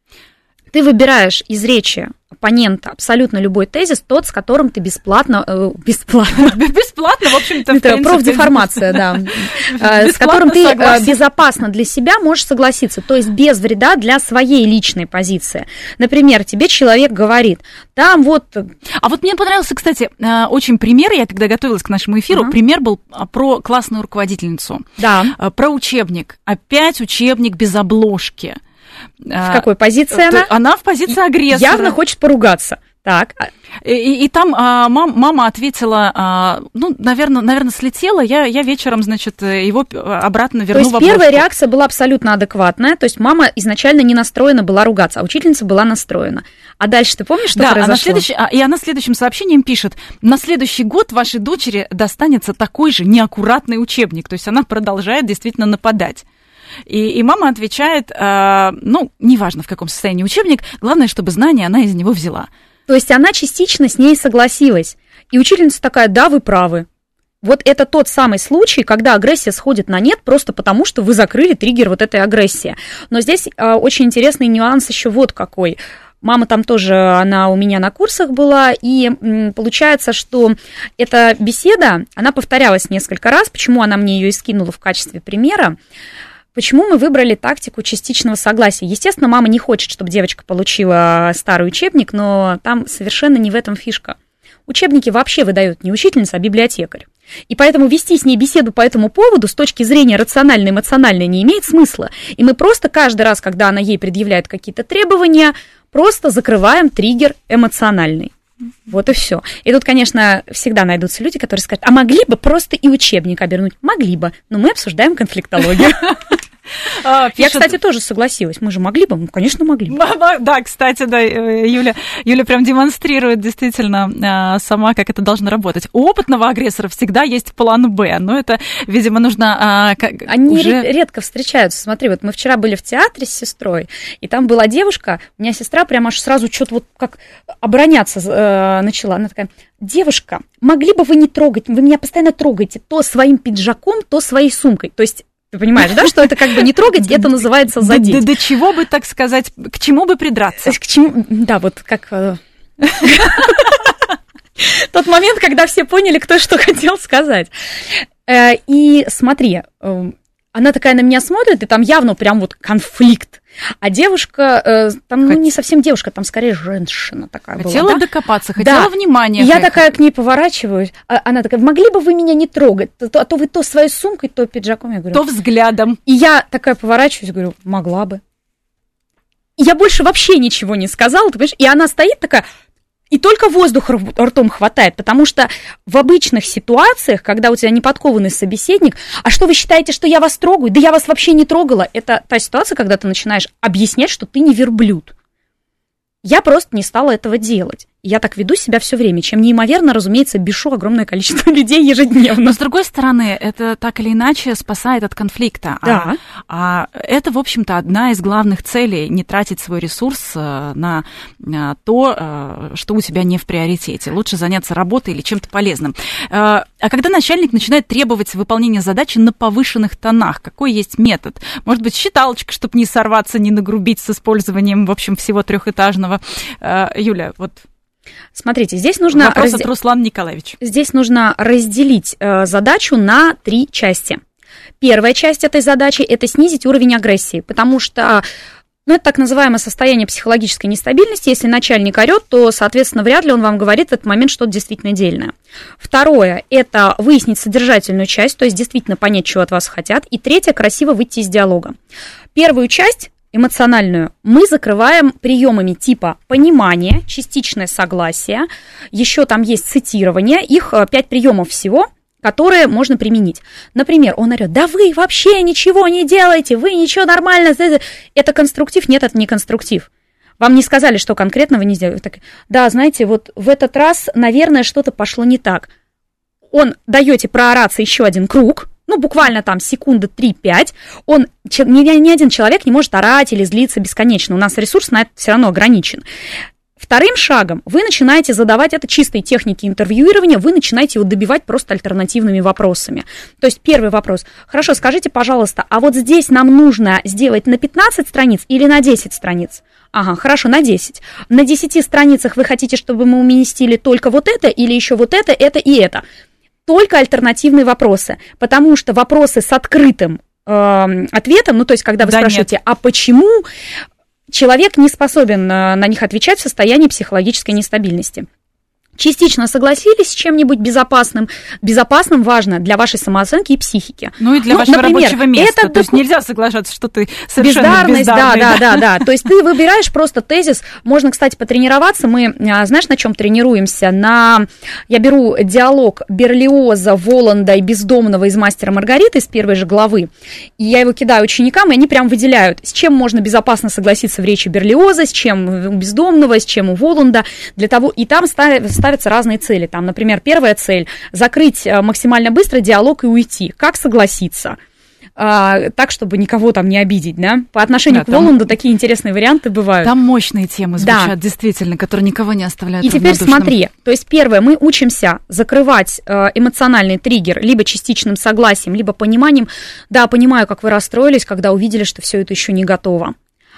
C: Ты выбираешь из речи оппонента абсолютно любой тезис, тот, с которым ты бесплатно... Э, бесплатно.
B: Бесплатно, в общем-то, в
C: принципе. Профдеформация, да. С которым ты безопасно для себя можешь согласиться, то есть без вреда для своей личной позиции. Например, тебе человек говорит, там вот...
B: А вот мне понравился, кстати, очень пример, я когда готовилась к нашему эфиру, пример был про классную руководительницу.
C: Да.
B: Про учебник. Опять учебник без обложки.
C: В какой позиции она?
B: Она в позиции агрессора.
C: Явно хочет поругаться. Так.
B: И, и, и там а, мам, мама ответила, а, ну, наверное, наверное, слетела, я, я вечером, значит, его обратно верну в обложку.
C: То есть первая реакция была абсолютно адекватная, то есть мама изначально не настроена была ругаться, а учительница была настроена. А дальше ты помнишь, что
B: да,
C: произошло?
B: Она следующий, и она следующим сообщением пишет, на следующий год вашей дочери достанется такой же неаккуратный учебник, то есть она продолжает действительно нападать. И, и мама отвечает, э, ну, неважно, в каком состоянии учебник, главное, чтобы знания она из него взяла.
C: То есть она частично с ней согласилась. И учительница такая, да, вы правы. Вот это тот самый случай, когда агрессия сходит на нет просто потому, что вы закрыли триггер вот этой агрессии. Но здесь э, очень интересный нюанс еще вот какой. Мама там тоже, она у меня на курсах была, и м, получается, что эта беседа, она повторялась несколько раз. Почему она мне ее и скинула в качестве примера? Почему мы выбрали тактику частичного согласия? Естественно, мама не хочет, чтобы девочка получила старый учебник, но там совершенно не в этом фишка. Учебники вообще выдает не учительница, а библиотекарь. И поэтому вести с ней беседу по этому поводу с точки зрения рационально-эмоциональной не имеет смысла. И мы просто каждый раз, когда она ей предъявляет какие-то требования, просто закрываем триггер эмоциональный. Вот и все. И тут, конечно, всегда найдутся люди, которые скажут, а могли бы просто и учебник обернуть? Могли бы, но мы обсуждаем конфликтологию. А, пишет... Я, кстати, тоже согласилась. Мы же могли бы? Ну, конечно, могли бы.
B: Да, кстати, да, Юля, Юля прям демонстрирует действительно сама, как это должно работать. У опытного агрессора всегда есть план Б, но это, видимо, нужно...
C: Они уже... редко встречаются. Смотри, вот мы вчера были в театре с сестрой, и там была девушка, у меня сестра прям аж сразу что-то вот как обороняться э, начала. Она такая, девушка, могли бы вы не трогать, вы меня постоянно трогаете то своим пиджаком, то своей сумкой. То есть ты понимаешь, да, что это как бы не трогать, это называется задеть.
B: Да до чего бы, так сказать, к чему бы придраться?
C: К чему, да, вот как... Тот момент, когда все поняли, кто что хотел сказать. И смотри, она такая на меня смотрит, и там явно прям вот конфликт. А девушка, э, там, ну, не совсем девушка, там скорее женщина такая
B: хотела
C: была. Хотела
B: да? докопаться, хотела да. внимания.
C: И я такая к ней поворачиваюсь, а она такая, могли бы вы меня не трогать, а то, а то вы то своей сумкой, то пиджаком. Я говорю,
B: то взглядом.
C: И я такая поворачиваюсь, говорю, могла бы. И я больше вообще ничего не сказала, ты понимаешь? И она стоит такая... И только воздух ртом хватает, потому что в обычных ситуациях, когда у тебя неподкованный собеседник, а что вы считаете, что я вас трогаю? Да я вас вообще не трогала. Это та ситуация, когда ты начинаешь объяснять, что ты не верблюд. Я просто не стала этого делать. Я так веду себя все время, чем неимоверно, разумеется, бешу огромное количество людей ежедневно.
B: Но, с другой стороны, это так или иначе спасает от конфликта.
C: Да.
B: А, а это, в общем-то, одна из главных целей – не тратить свой ресурс на, на то, что у тебя не в приоритете. Лучше заняться работой или чем-то полезным. А когда начальник начинает требовать выполнения задачи на повышенных тонах, какой есть метод? Может быть, считалочка, чтобы не сорваться, не нагрубить с использованием, в общем, всего трехэтажного. Юля, вот...
C: Смотрите, здесь нужно...
B: Вопрос разде... от Руслана Николаевича.
C: Здесь нужно разделить э, задачу на три части. Первая часть этой задачи – это снизить уровень агрессии, потому что ну, это так называемое состояние психологической нестабильности. Если начальник орет, то, соответственно, вряд ли он вам говорит в этот момент что-то действительно дельное. Второе – это выяснить содержательную часть, то есть действительно понять, чего от вас хотят. И третье – красиво выйти из диалога. Первую часть... эмоциональную, мы закрываем приемами типа понимание, частичное согласие, еще там есть цитирование, их пять приемов всего, которые можно применить. Например, он орет, да вы вообще ничего не делаете, вы ничего нормально, это конструктив? Нет, это не конструктив. Вам не сказали, что конкретно вы не сделали. Так, да, знаете, вот в этот раз, наверное, что-то пошло не так. Он даете проораться еще один круг, ну, буквально там секунды три-пять, он, ни, ни один человек не может орать или злиться бесконечно, у нас ресурс на это все равно ограничен. Вторым шагом вы начинаете задавать, это чистые техники интервьюирования, вы начинаете его добивать просто альтернативными вопросами. То есть первый вопрос, хорошо, скажите, пожалуйста, а вот здесь нам нужно сделать на пятнадцать страниц или на десять страниц? Ага, хорошо, на десять. На десяти страницах вы хотите, чтобы мы уместили только вот это или еще вот это, это и это? Только альтернативные вопросы, потому что вопросы с открытым э, ответом, ну, то есть, когда вы да спрашиваете, нет. а почему человек не способен на них отвечать в состоянии психологической нестабильности. Частично согласились с чем-нибудь безопасным. Безопасным важно для вашей самооценки и психики.
B: Ну и для ну, вашего например, рабочего места. То доку... есть нельзя соглашаться, что ты совершенно бездарность, бездарный.
C: Да, да, да, да. То есть ты выбираешь просто тезис. Можно, кстати, потренироваться. Мы, знаешь, на чем тренируемся? На... Я беру диалог Берлиоза, Воланда и Бездомного из «Мастера Маргариты» из первой же главы. И я его кидаю ученикам, и они прям выделяют, с чем можно безопасно согласиться в речи Берлиоза, с чем у Бездомного, с чем у Воланда. Для того... И там ставят ставятся разные цели. Там, например, первая цель – закрыть максимально быстро диалог и уйти. Как согласиться? А, так, чтобы никого там не обидеть, да? По отношению да, к там, Воланду такие интересные варианты бывают.
B: Там мощные темы звучат, да. действительно, которые никого не оставляют равнодушным.
C: И теперь смотри, то есть первое, мы учимся закрывать эмоциональный триггер либо частичным согласием, либо пониманием. Да, понимаю, как вы расстроились, когда увидели, что все это еще не готово.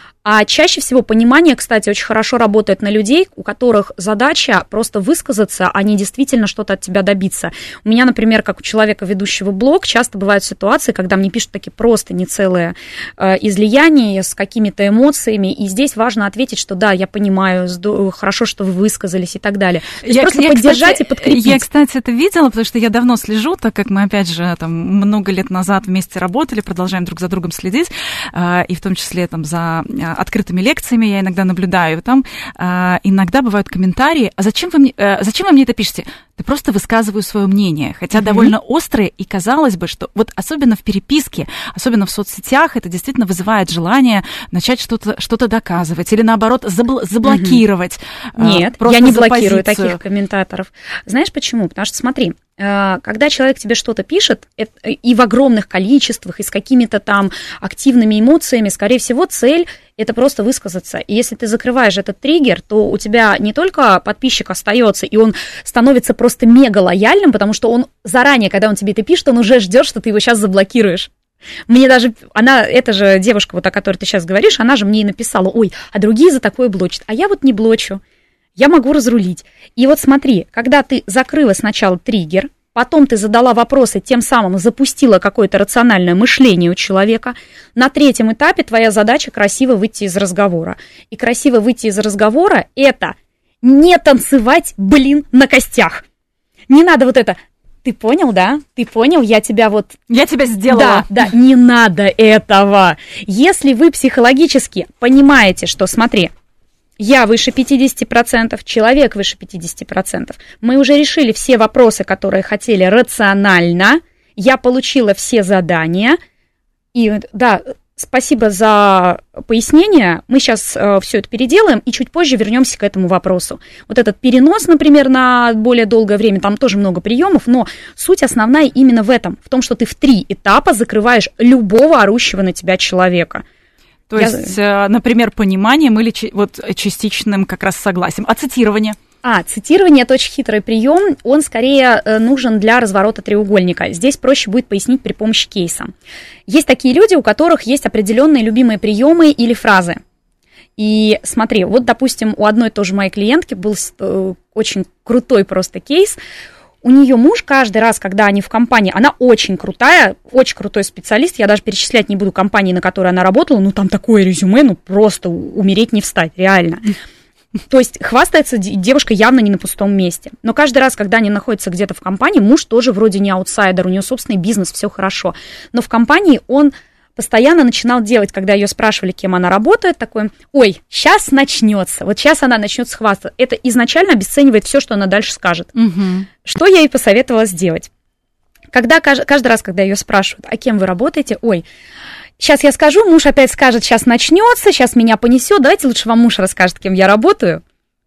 C: А чаще всего понимание, кстати, очень хорошо работает на людей, у которых задача просто высказаться, а не действительно что-то от тебя добиться. У меня, например, как у человека, ведущего блог, часто бывают ситуации, когда мне пишут такие просто не целые э, излияния с какими-то эмоциями, и здесь важно ответить, что да, я понимаю, здорово, хорошо, что вы высказались и так далее. То есть я, просто я, поддержать кстати, и подкрепить.
B: Я, кстати, это видела, потому что я давно слежу, так как мы, опять же, там, много лет назад вместе работали, продолжаем друг за другом следить, э, и в том числе там за открытыми лекциями я иногда наблюдаю там, а, иногда бывают комментарии, а зачем вы мне, а, зачем вы мне это пишете? Да просто высказываю свое мнение, хотя mm-hmm. довольно острое, и казалось бы, что вот особенно в переписке, особенно в соцсетях, это действительно вызывает желание начать что-то, что-то доказывать или, наоборот, забл- заблокировать.
C: Mm-hmm. Нет, а, я не блокирую позицию. Таких комментаторов. Знаешь почему? Потому что, смотри, когда человек тебе что-то пишет, и в огромных количествах, и с какими-то там активными эмоциями, скорее всего, цель – это просто высказаться. И если ты закрываешь этот триггер, то у тебя не только подписчик остается, и он становится просто мега лояльным, потому что он заранее, когда он тебе это пишет, он уже ждет, что ты его сейчас заблокируешь. Мне даже, она, эта же девушка, вот о которой ты сейчас говоришь, она же мне и написала, ой, а другие за такое блочат, а я вот не блочу. Я могу разрулить. И вот смотри, когда ты закрыла сначала триггер, потом ты задала вопросы, тем самым запустила какое-то рациональное мышление у человека. На третьем этапе твоя задача красиво выйти из разговора. И красиво выйти из разговора – это не танцевать, блин, на костях. Не надо вот это... Ты понял, да? Ты понял, я тебя вот...
B: Я тебя сделала.
C: Да, да, не надо этого. Если вы психологически понимаете, что, смотри, я выше пятьдесят процентов, человек выше пятьдесят процентов, мы уже решили все вопросы, которые хотели рационально, я получила все задания, и, да... Спасибо за пояснение. Мы сейчас э, все это переделаем и чуть позже вернемся к этому вопросу. Вот этот перенос, например, на более долгое время, там тоже много приемов, но суть основная именно в этом, в том, что ты в три этапа закрываешь любого орущего на тебя человека.
B: То Я... есть, например, пониманием или вот частичным как раз согласием. А цитирование?
C: А, цитирование – это очень хитрый прием, он скорее нужен для разворота треугольника. Здесь проще будет пояснить при помощи кейса. Есть такие люди, у которых есть определенные любимые приемы или фразы. И смотри, вот, допустим, у одной тоже моей клиентки был очень крутой просто кейс. У нее муж каждый раз, когда они в компании, она очень крутая, очень крутой специалист, я даже перечислять не буду компании, на которой она работала, ну там такое резюме, ну просто умереть не встать, реально. То есть хвастается девушка явно не на пустом месте. Но каждый раз, когда они находятся где-то в компании, муж тоже вроде не аутсайдер, у него собственный бизнес, все хорошо. Но в компании он постоянно начинал делать, когда ее спрашивали, кем она работает, такой: ой, сейчас начнется, вот сейчас она начнет хвастаться. Это изначально обесценивает все, что она дальше скажет.
B: Угу.
C: Что я ей посоветовала сделать? Когда, каждый раз, когда ее спрашивают, а кем вы работаете, ой, сейчас я скажу, муж опять скажет, сейчас начнется, сейчас меня понесет, давайте лучше вам муж расскажет, кем я работаю.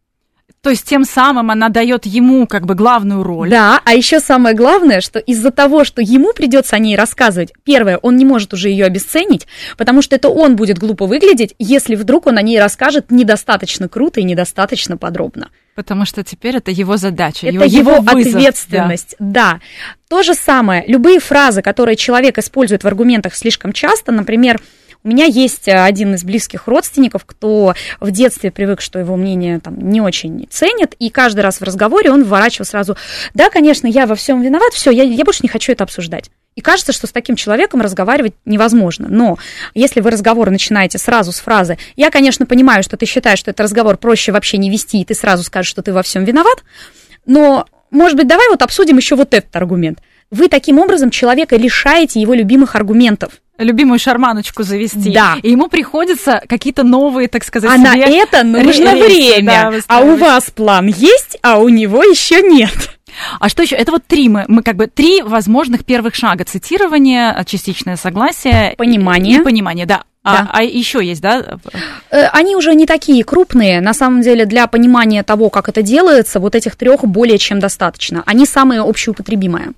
B: То есть тем самым она дает ему как бы главную роль.
C: Да, а еще самое главное, что из-за того, что ему придется о ней рассказывать, первое, он не может уже ее обесценить, потому что это он будет глупо выглядеть, если вдруг он о ней расскажет недостаточно круто и недостаточно подробно.
B: Потому что теперь это его задача,
C: это
B: его,
C: его
B: вызов,
C: ответственность, да. да. То же самое, любые фразы, которые человек использует в аргументах слишком часто, например, у меня есть один из близких родственников, кто в детстве привык, что его мнение там не очень ценят, и каждый раз в разговоре он вворачивал сразу: да, конечно, я во всем виноват, все, я, я больше не хочу это обсуждать. И кажется, что с таким человеком разговаривать невозможно. Но если вы разговор начинаете сразу с фразы: я, конечно, понимаю, что ты считаешь, что этот разговор проще вообще не вести, и ты сразу скажешь, что ты во всем виноват, но, может быть, давай вот обсудим еще вот этот аргумент. Вы таким образом человека лишаете его любимых аргументов.
B: Любимую шарманочку завести.
C: Да.
B: И ему приходится какие-то новые, так сказать,
C: а на это нужно рейсы, время. Да, а у вас план есть, а у него еще нет.
B: А что еще? Это вот три, мы, мы как бы три возможных первых шага: цитирование, частичное согласие,
C: понимание.
B: И понимание, да.
C: Да.
B: А, а еще есть, да?
C: Они уже не такие крупные. На самом деле, для понимания того, как это делается, вот этих трех более чем достаточно. Они самые общеупотребимые.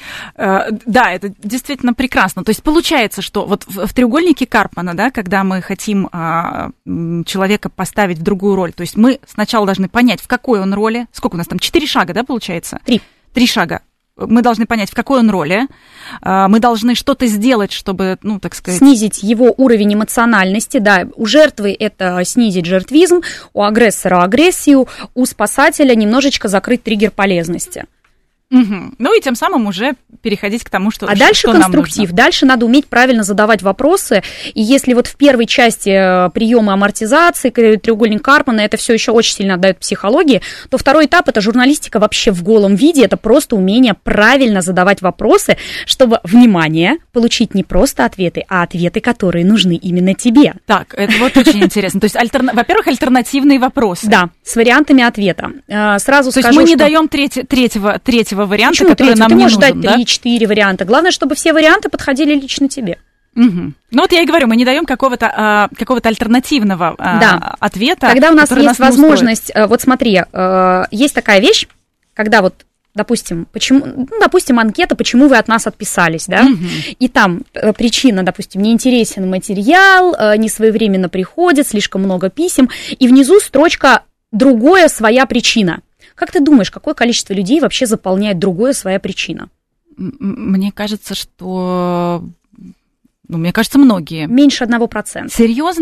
B: Да, это действительно прекрасно. То есть получается, что вот в, в треугольнике Карпмана, да, когда мы хотим а, человека поставить в другую роль, то есть мы сначала должны понять, в какой он роли. Сколько у нас там? Четыре шага, да, получается?
C: Три.
B: Три шага. Мы должны понять, в какой он роли. Мы должны что-то сделать, чтобы, ну, так сказать...
C: снизить его уровень эмоциональности, да. У жертвы это снизить жертвизм, у агрессора агрессию, у спасателя немножечко закрыть триггер полезности.
B: Угу. Ну и тем самым уже переходить к тому, что,
C: а дальше
B: что
C: конструктив,
B: нам нужно.
C: Дальше надо уметь правильно задавать вопросы, и если вот в первой части приемы амортизации, треугольник Карпмана, это все еще очень сильно отдает психологии, то второй этап — это журналистика вообще в голом виде, это просто умение правильно задавать вопросы, чтобы, внимание, получить не просто ответы, а ответы, которые нужны именно тебе.
B: Так, это вот очень интересно. То есть, альтерна... во-первых, альтернативные вопросы.
C: Да, с вариантами ответа. Сразу
B: то
C: скажу,
B: есть мы не
C: что...
B: даем третьего, третьего, третьего варианта,
C: Почему
B: который
C: третий?
B: нам
C: Ты
B: не
C: можешь
B: нужен,
C: дать три-четыре варианта. Главное, чтобы все варианты подходили лично тебе.
B: Угу. Ну вот я и говорю, мы не даем какого-то, а, какого-то альтернативного а,
C: да.
B: ответа.
C: Когда у нас есть
B: нас
C: возможность, вот смотри, есть такая вещь, когда вот, допустим, почему, ну, допустим, анкета, почему вы от нас отписались, да, угу. И там причина, допустим, неинтересен материал, несвоевременно приходит, слишком много писем, и внизу строчка «другое, своя причина». Как ты думаешь, какое количество людей вообще заполняет другое, своя причина?
B: Мне кажется, что... Ну, мне кажется, многие.
C: Меньше одного процента.
B: Серьезно?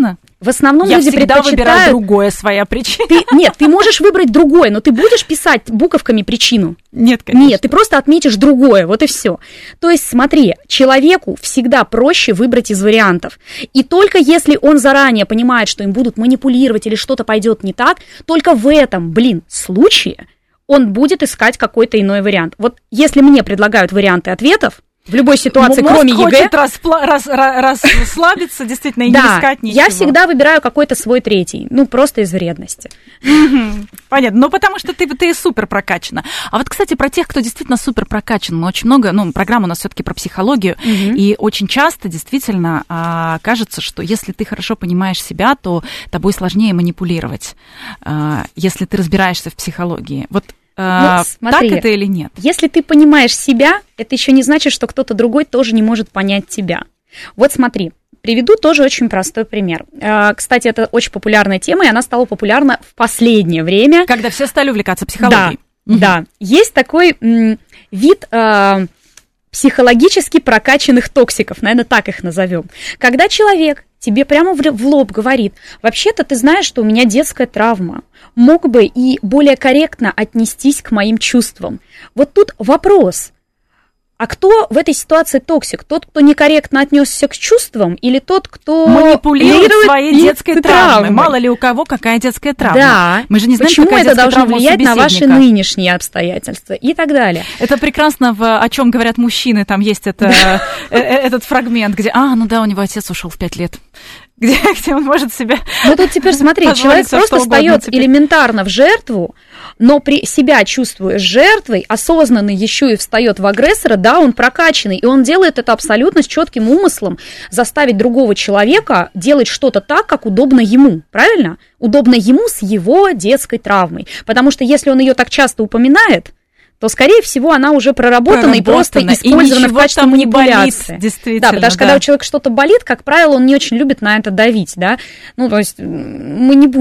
C: В основном
B: Я
C: люди
B: всегда
C: предпочитают...
B: выбираю другое, своя причина.
C: Ты, нет, ты можешь выбрать другое, но ты будешь писать буковками причину?
B: Нет, конечно.
C: Нет, ты просто отметишь другое, вот и все. То есть, смотри, человеку всегда проще выбрать из вариантов. И только если он заранее понимает, что им будут манипулировать или что-то пойдет не так, только в этом, блин, случае он будет искать какой-то иной вариант. Вот если мне предлагают варианты ответов, в любой ситуации,
B: Мозг
C: кроме ЕГЭ...
B: хочет распла- рас- рас- расслабиться, действительно, и не
C: Да,
B: искать ничего.
C: я всегда выбираю какой-то свой третий, ну, просто из вредности.
B: Понятно, ну, потому что ты, ты супер прокачана. А вот, кстати, про тех, кто действительно супер прокачан, мы очень много, ну, программа у нас все-таки про психологию,
C: Мгм.
B: и очень часто действительно а, кажется, что если ты хорошо понимаешь себя, то тобой сложнее манипулировать, а, если ты разбираешься в психологии. Вот а,
C: Ну, смотри.
B: так это или нет?
C: Если ты понимаешь себя, это еще не значит, что кто-то другой тоже не может понять тебя. Вот смотри, приведу тоже очень простой пример. Э, Кстати, это очень популярная тема, и она стала популярна в последнее время.
B: Когда все стали увлекаться психологией.
C: Да, да. Есть такой м, вид э, психологически прокачанных токсиков, наверное, так их назовем. Когда человек тебе прямо в, в лоб говорит: вообще-то ты знаешь, что у меня детская травма, мог бы и более корректно отнестись к моим чувствам. Вот тут вопрос. А кто в этой ситуации токсик? Тот, кто некорректно отнесся к чувствам, или тот, кто
B: манипулирует своей детской травмой?
C: травмой?
B: Мало ли у кого какая детская травма.
C: Да.
B: Мы же не знаем,
C: почему
B: какая
C: это
B: детская
C: должно
B: травма у
C: влиять на ваши
B: собеседника.
C: нынешние обстоятельства и так далее.
B: Это прекрасно, в, о чем говорят мужчины. Там есть это, э, э, этот фрагмент, где, а, ну да, у него отец ушел в пять лет. Где, где он может себя...
C: Ну тут теперь смотри, человек просто встает элементарно в жертву, но при себя чувствуя жертвой, осознанно еще и встает в агрессора, да, он прокачанный, и он делает это абсолютно с четким умыслом, заставить другого человека делать что-то так, как удобно ему, правильно? Удобно ему с его детской травмой, потому что если он ее так часто упоминает, то, скорее всего, она уже проработана, проработана и просто использована и в качестве манипуляции.
B: Болит, действительно,
C: да, потому что
B: да.
C: когда у человека что-то болит, как правило, он не очень любит на это давить, да. Ну, то есть мы не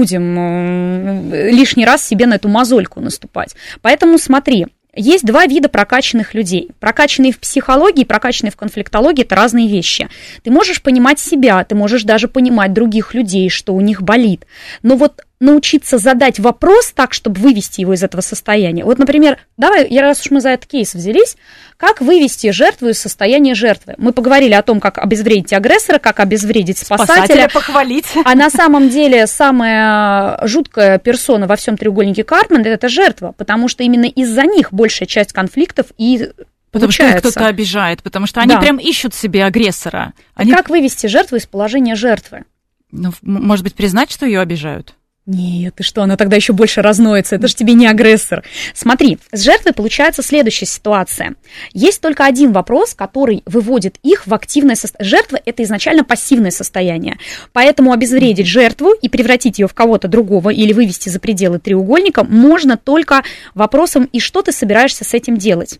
C: будем лишний раз себе на эту мозольку наступать. Поэтому смотри, есть два вида прокачанных людей. Прокачанные в психологии, прокачанные в конфликтологии – это разные вещи. Ты можешь понимать себя, ты можешь даже понимать других людей, что у них болит. Но вот научиться задать вопрос так, чтобы вывести его из этого состояния. Вот, например, давай, раз уж мы за этот кейс взялись, как вывести жертву из состояния жертвы? Мы поговорили о том, как обезвредить агрессора, как обезвредить спасателя.
B: Спасателя похвалить.
C: А на самом деле самая жуткая персона во всем треугольнике Карпмана – это жертва, потому что именно из-за них большая часть конфликтов и
B: Потому
C: получается.
B: что их кто-то обижает, потому что они
C: да.
B: прям ищут себе агрессора. Они...
C: Как вывести жертву из положения жертвы?
B: Ну, может быть, признать, что ее обижают?
C: Нет, ты что, она тогда еще больше разноется, это же тебе не агрессор. Смотри, с жертвой получается следующая ситуация. Есть только один вопрос, который выводит их в активное состояние. Жертва – это изначально пассивное состояние, поэтому обезвредить жертву и превратить ее в кого-то другого или вывести за пределы треугольника можно только вопросом: и что ты собираешься с этим делать?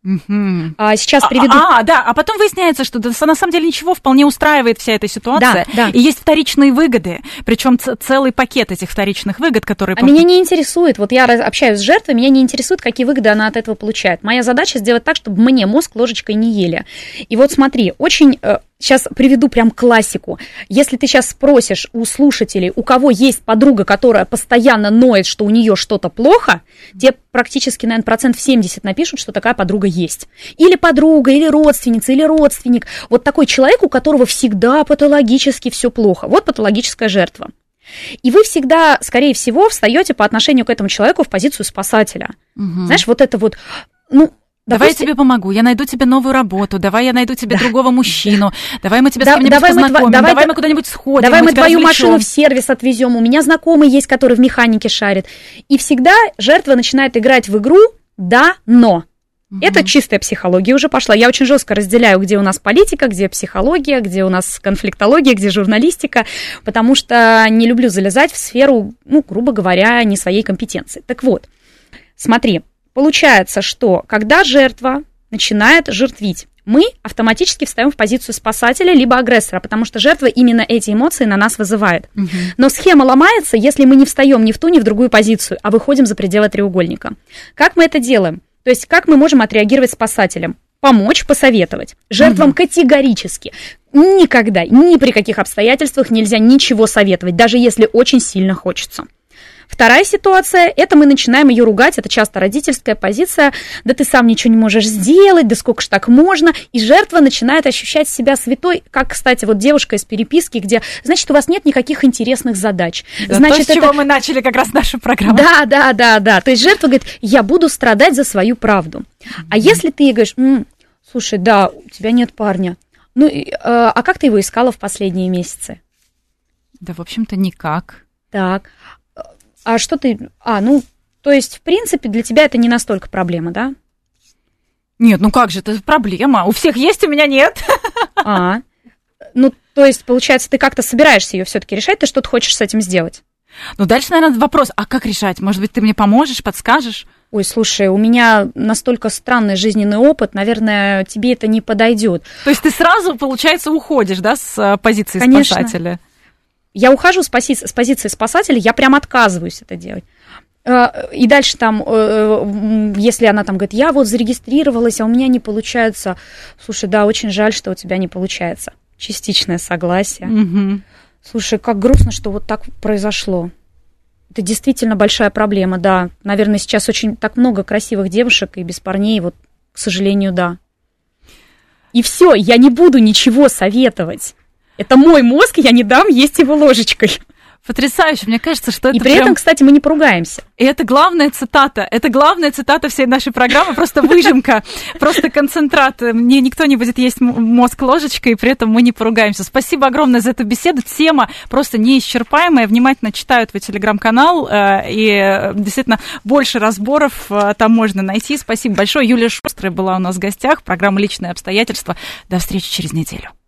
B: Угу.
C: А, сейчас приведу...
B: А, а, да, а потом выясняется, что да, на самом деле ничего, вполне устраивает вся эта ситуация.
C: Да, да.
B: И есть вторичные выгоды, причем ц- целый пакет этих вторичных выгод, которые...
C: А меня не интересует, вот я общаюсь с жертвой, меня не интересует, какие выгоды она от этого получает. Моя задача сделать так, чтобы мне мозг ложечкой не ели. И вот смотри, очень... Сейчас приведу прям классику. Если ты сейчас спросишь у слушателей, у кого есть подруга, которая постоянно ноет, что у нее что-то плохо, те практически, наверное, процентов семьдесят напишут, что такая подруга есть. Или подруга, или родственница, или родственник. Вот такой человек, у которого всегда патологически все плохо. Вот патологическая жертва. И вы всегда, скорее всего, встаете по отношению к этому человеку в позицию спасателя. Угу. Знаешь, вот это вот... ну.
B: Давай
C: Допустим,
B: я тебе помогу, я найду тебе новую работу, давай я найду тебе да. другого мужчину, давай мы тебя
C: да,
B: с кем-нибудь
C: давай
B: познакомим,
C: мы, давай,
B: давай мы куда-нибудь сходим,
C: давай
B: мы,
C: мы твою
B: развлечем.
C: машину в сервис отвезем, у меня знакомый есть, который в механике шарит. И всегда жертва начинает играть в игру «да, но». Угу. Это чистая психология уже пошла. Я очень жестко разделяю, где у нас политика, где психология, где у нас конфликтология, где журналистика, потому что не люблю залезать в сферу, ну, грубо говоря, не своей компетенции. Так вот, смотри, получается, что когда жертва начинает жертвить, мы автоматически встаем в позицию спасателя либо агрессора, потому что жертва именно эти эмоции на нас вызывает. Угу. Но схема ломается, если мы не встаем ни в ту, ни в другую позицию, а выходим за пределы треугольника. Как мы это делаем? То есть как мы можем отреагировать спасателем? помочь, посоветовать. Жертвам mm-hmm. категорически никогда, ни при каких обстоятельствах нельзя ничего советовать, даже если очень сильно хочется. Вторая ситуация, это мы начинаем ее ругать, это часто родительская позиция, да ты сам ничего не можешь сделать, да сколько ж так можно, и жертва начинает ощущать себя святой, как, кстати, вот девушка из переписки, где, значит, у вас нет никаких интересных задач.
B: Да,
C: значит,
B: то, с
C: это...
B: чего мы начали как раз нашу программу.
C: Да, да, да, да, то есть жертва говорит, я буду страдать за свою правду. Mm-hmm. А если ты ей говоришь, м-м, слушай, да, у тебя нет парня, ну, э, а как ты его искала в последние месяцы?
B: Да, в общем-то, никак.
C: Так, а что ты... А, ну, то есть, в принципе, для тебя это не настолько проблема, да?
B: Нет, ну как же, это проблема. У всех есть, у меня нет.
C: А, ну, то есть, получается, ты как-то собираешься ее все-таки решать, ты что-то хочешь с этим сделать?
B: Ну, дальше, наверное, вопрос, а как решать? Может быть, ты мне поможешь, подскажешь?
C: Ой, слушай, у меня настолько странный жизненный опыт, наверное, тебе это не подойдет.
B: То есть ты сразу, получается, уходишь, да, с позиции
C: Конечно.
B: Спасателя? Я
C: ухожу с позиции, с позиции спасателя, я прям отказываюсь это делать. И дальше там, если она там говорит, я вот зарегистрировалась, а у меня не получается. Слушай, да, очень жаль, что у тебя не получается. Частичное согласие.
B: Угу.
C: Слушай, как грустно, что вот так произошло. Это действительно большая проблема, да. Наверное, сейчас очень так много красивых девушек и без парней, вот, к сожалению, да. И все, я не буду ничего советовать. Это мой мозг, я не дам есть его ложечкой.
B: Потрясающе, мне кажется, что это
C: И при
B: прям...
C: этом, кстати, мы не поругаемся.
B: И это главная цитата, это главная цитата всей нашей программы, просто выжимка, просто концентрат. Мне никто не будет есть мозг ложечкой, и при этом мы не поругаемся. Спасибо огромное за эту беседу. Тема просто неисчерпаемая. Внимательно читаю твой телеграм-канал, и действительно больше разборов там можно найти. Спасибо большое. Юлия Шустрая была у нас в гостях. Программа «Личные обстоятельства». До встречи через неделю.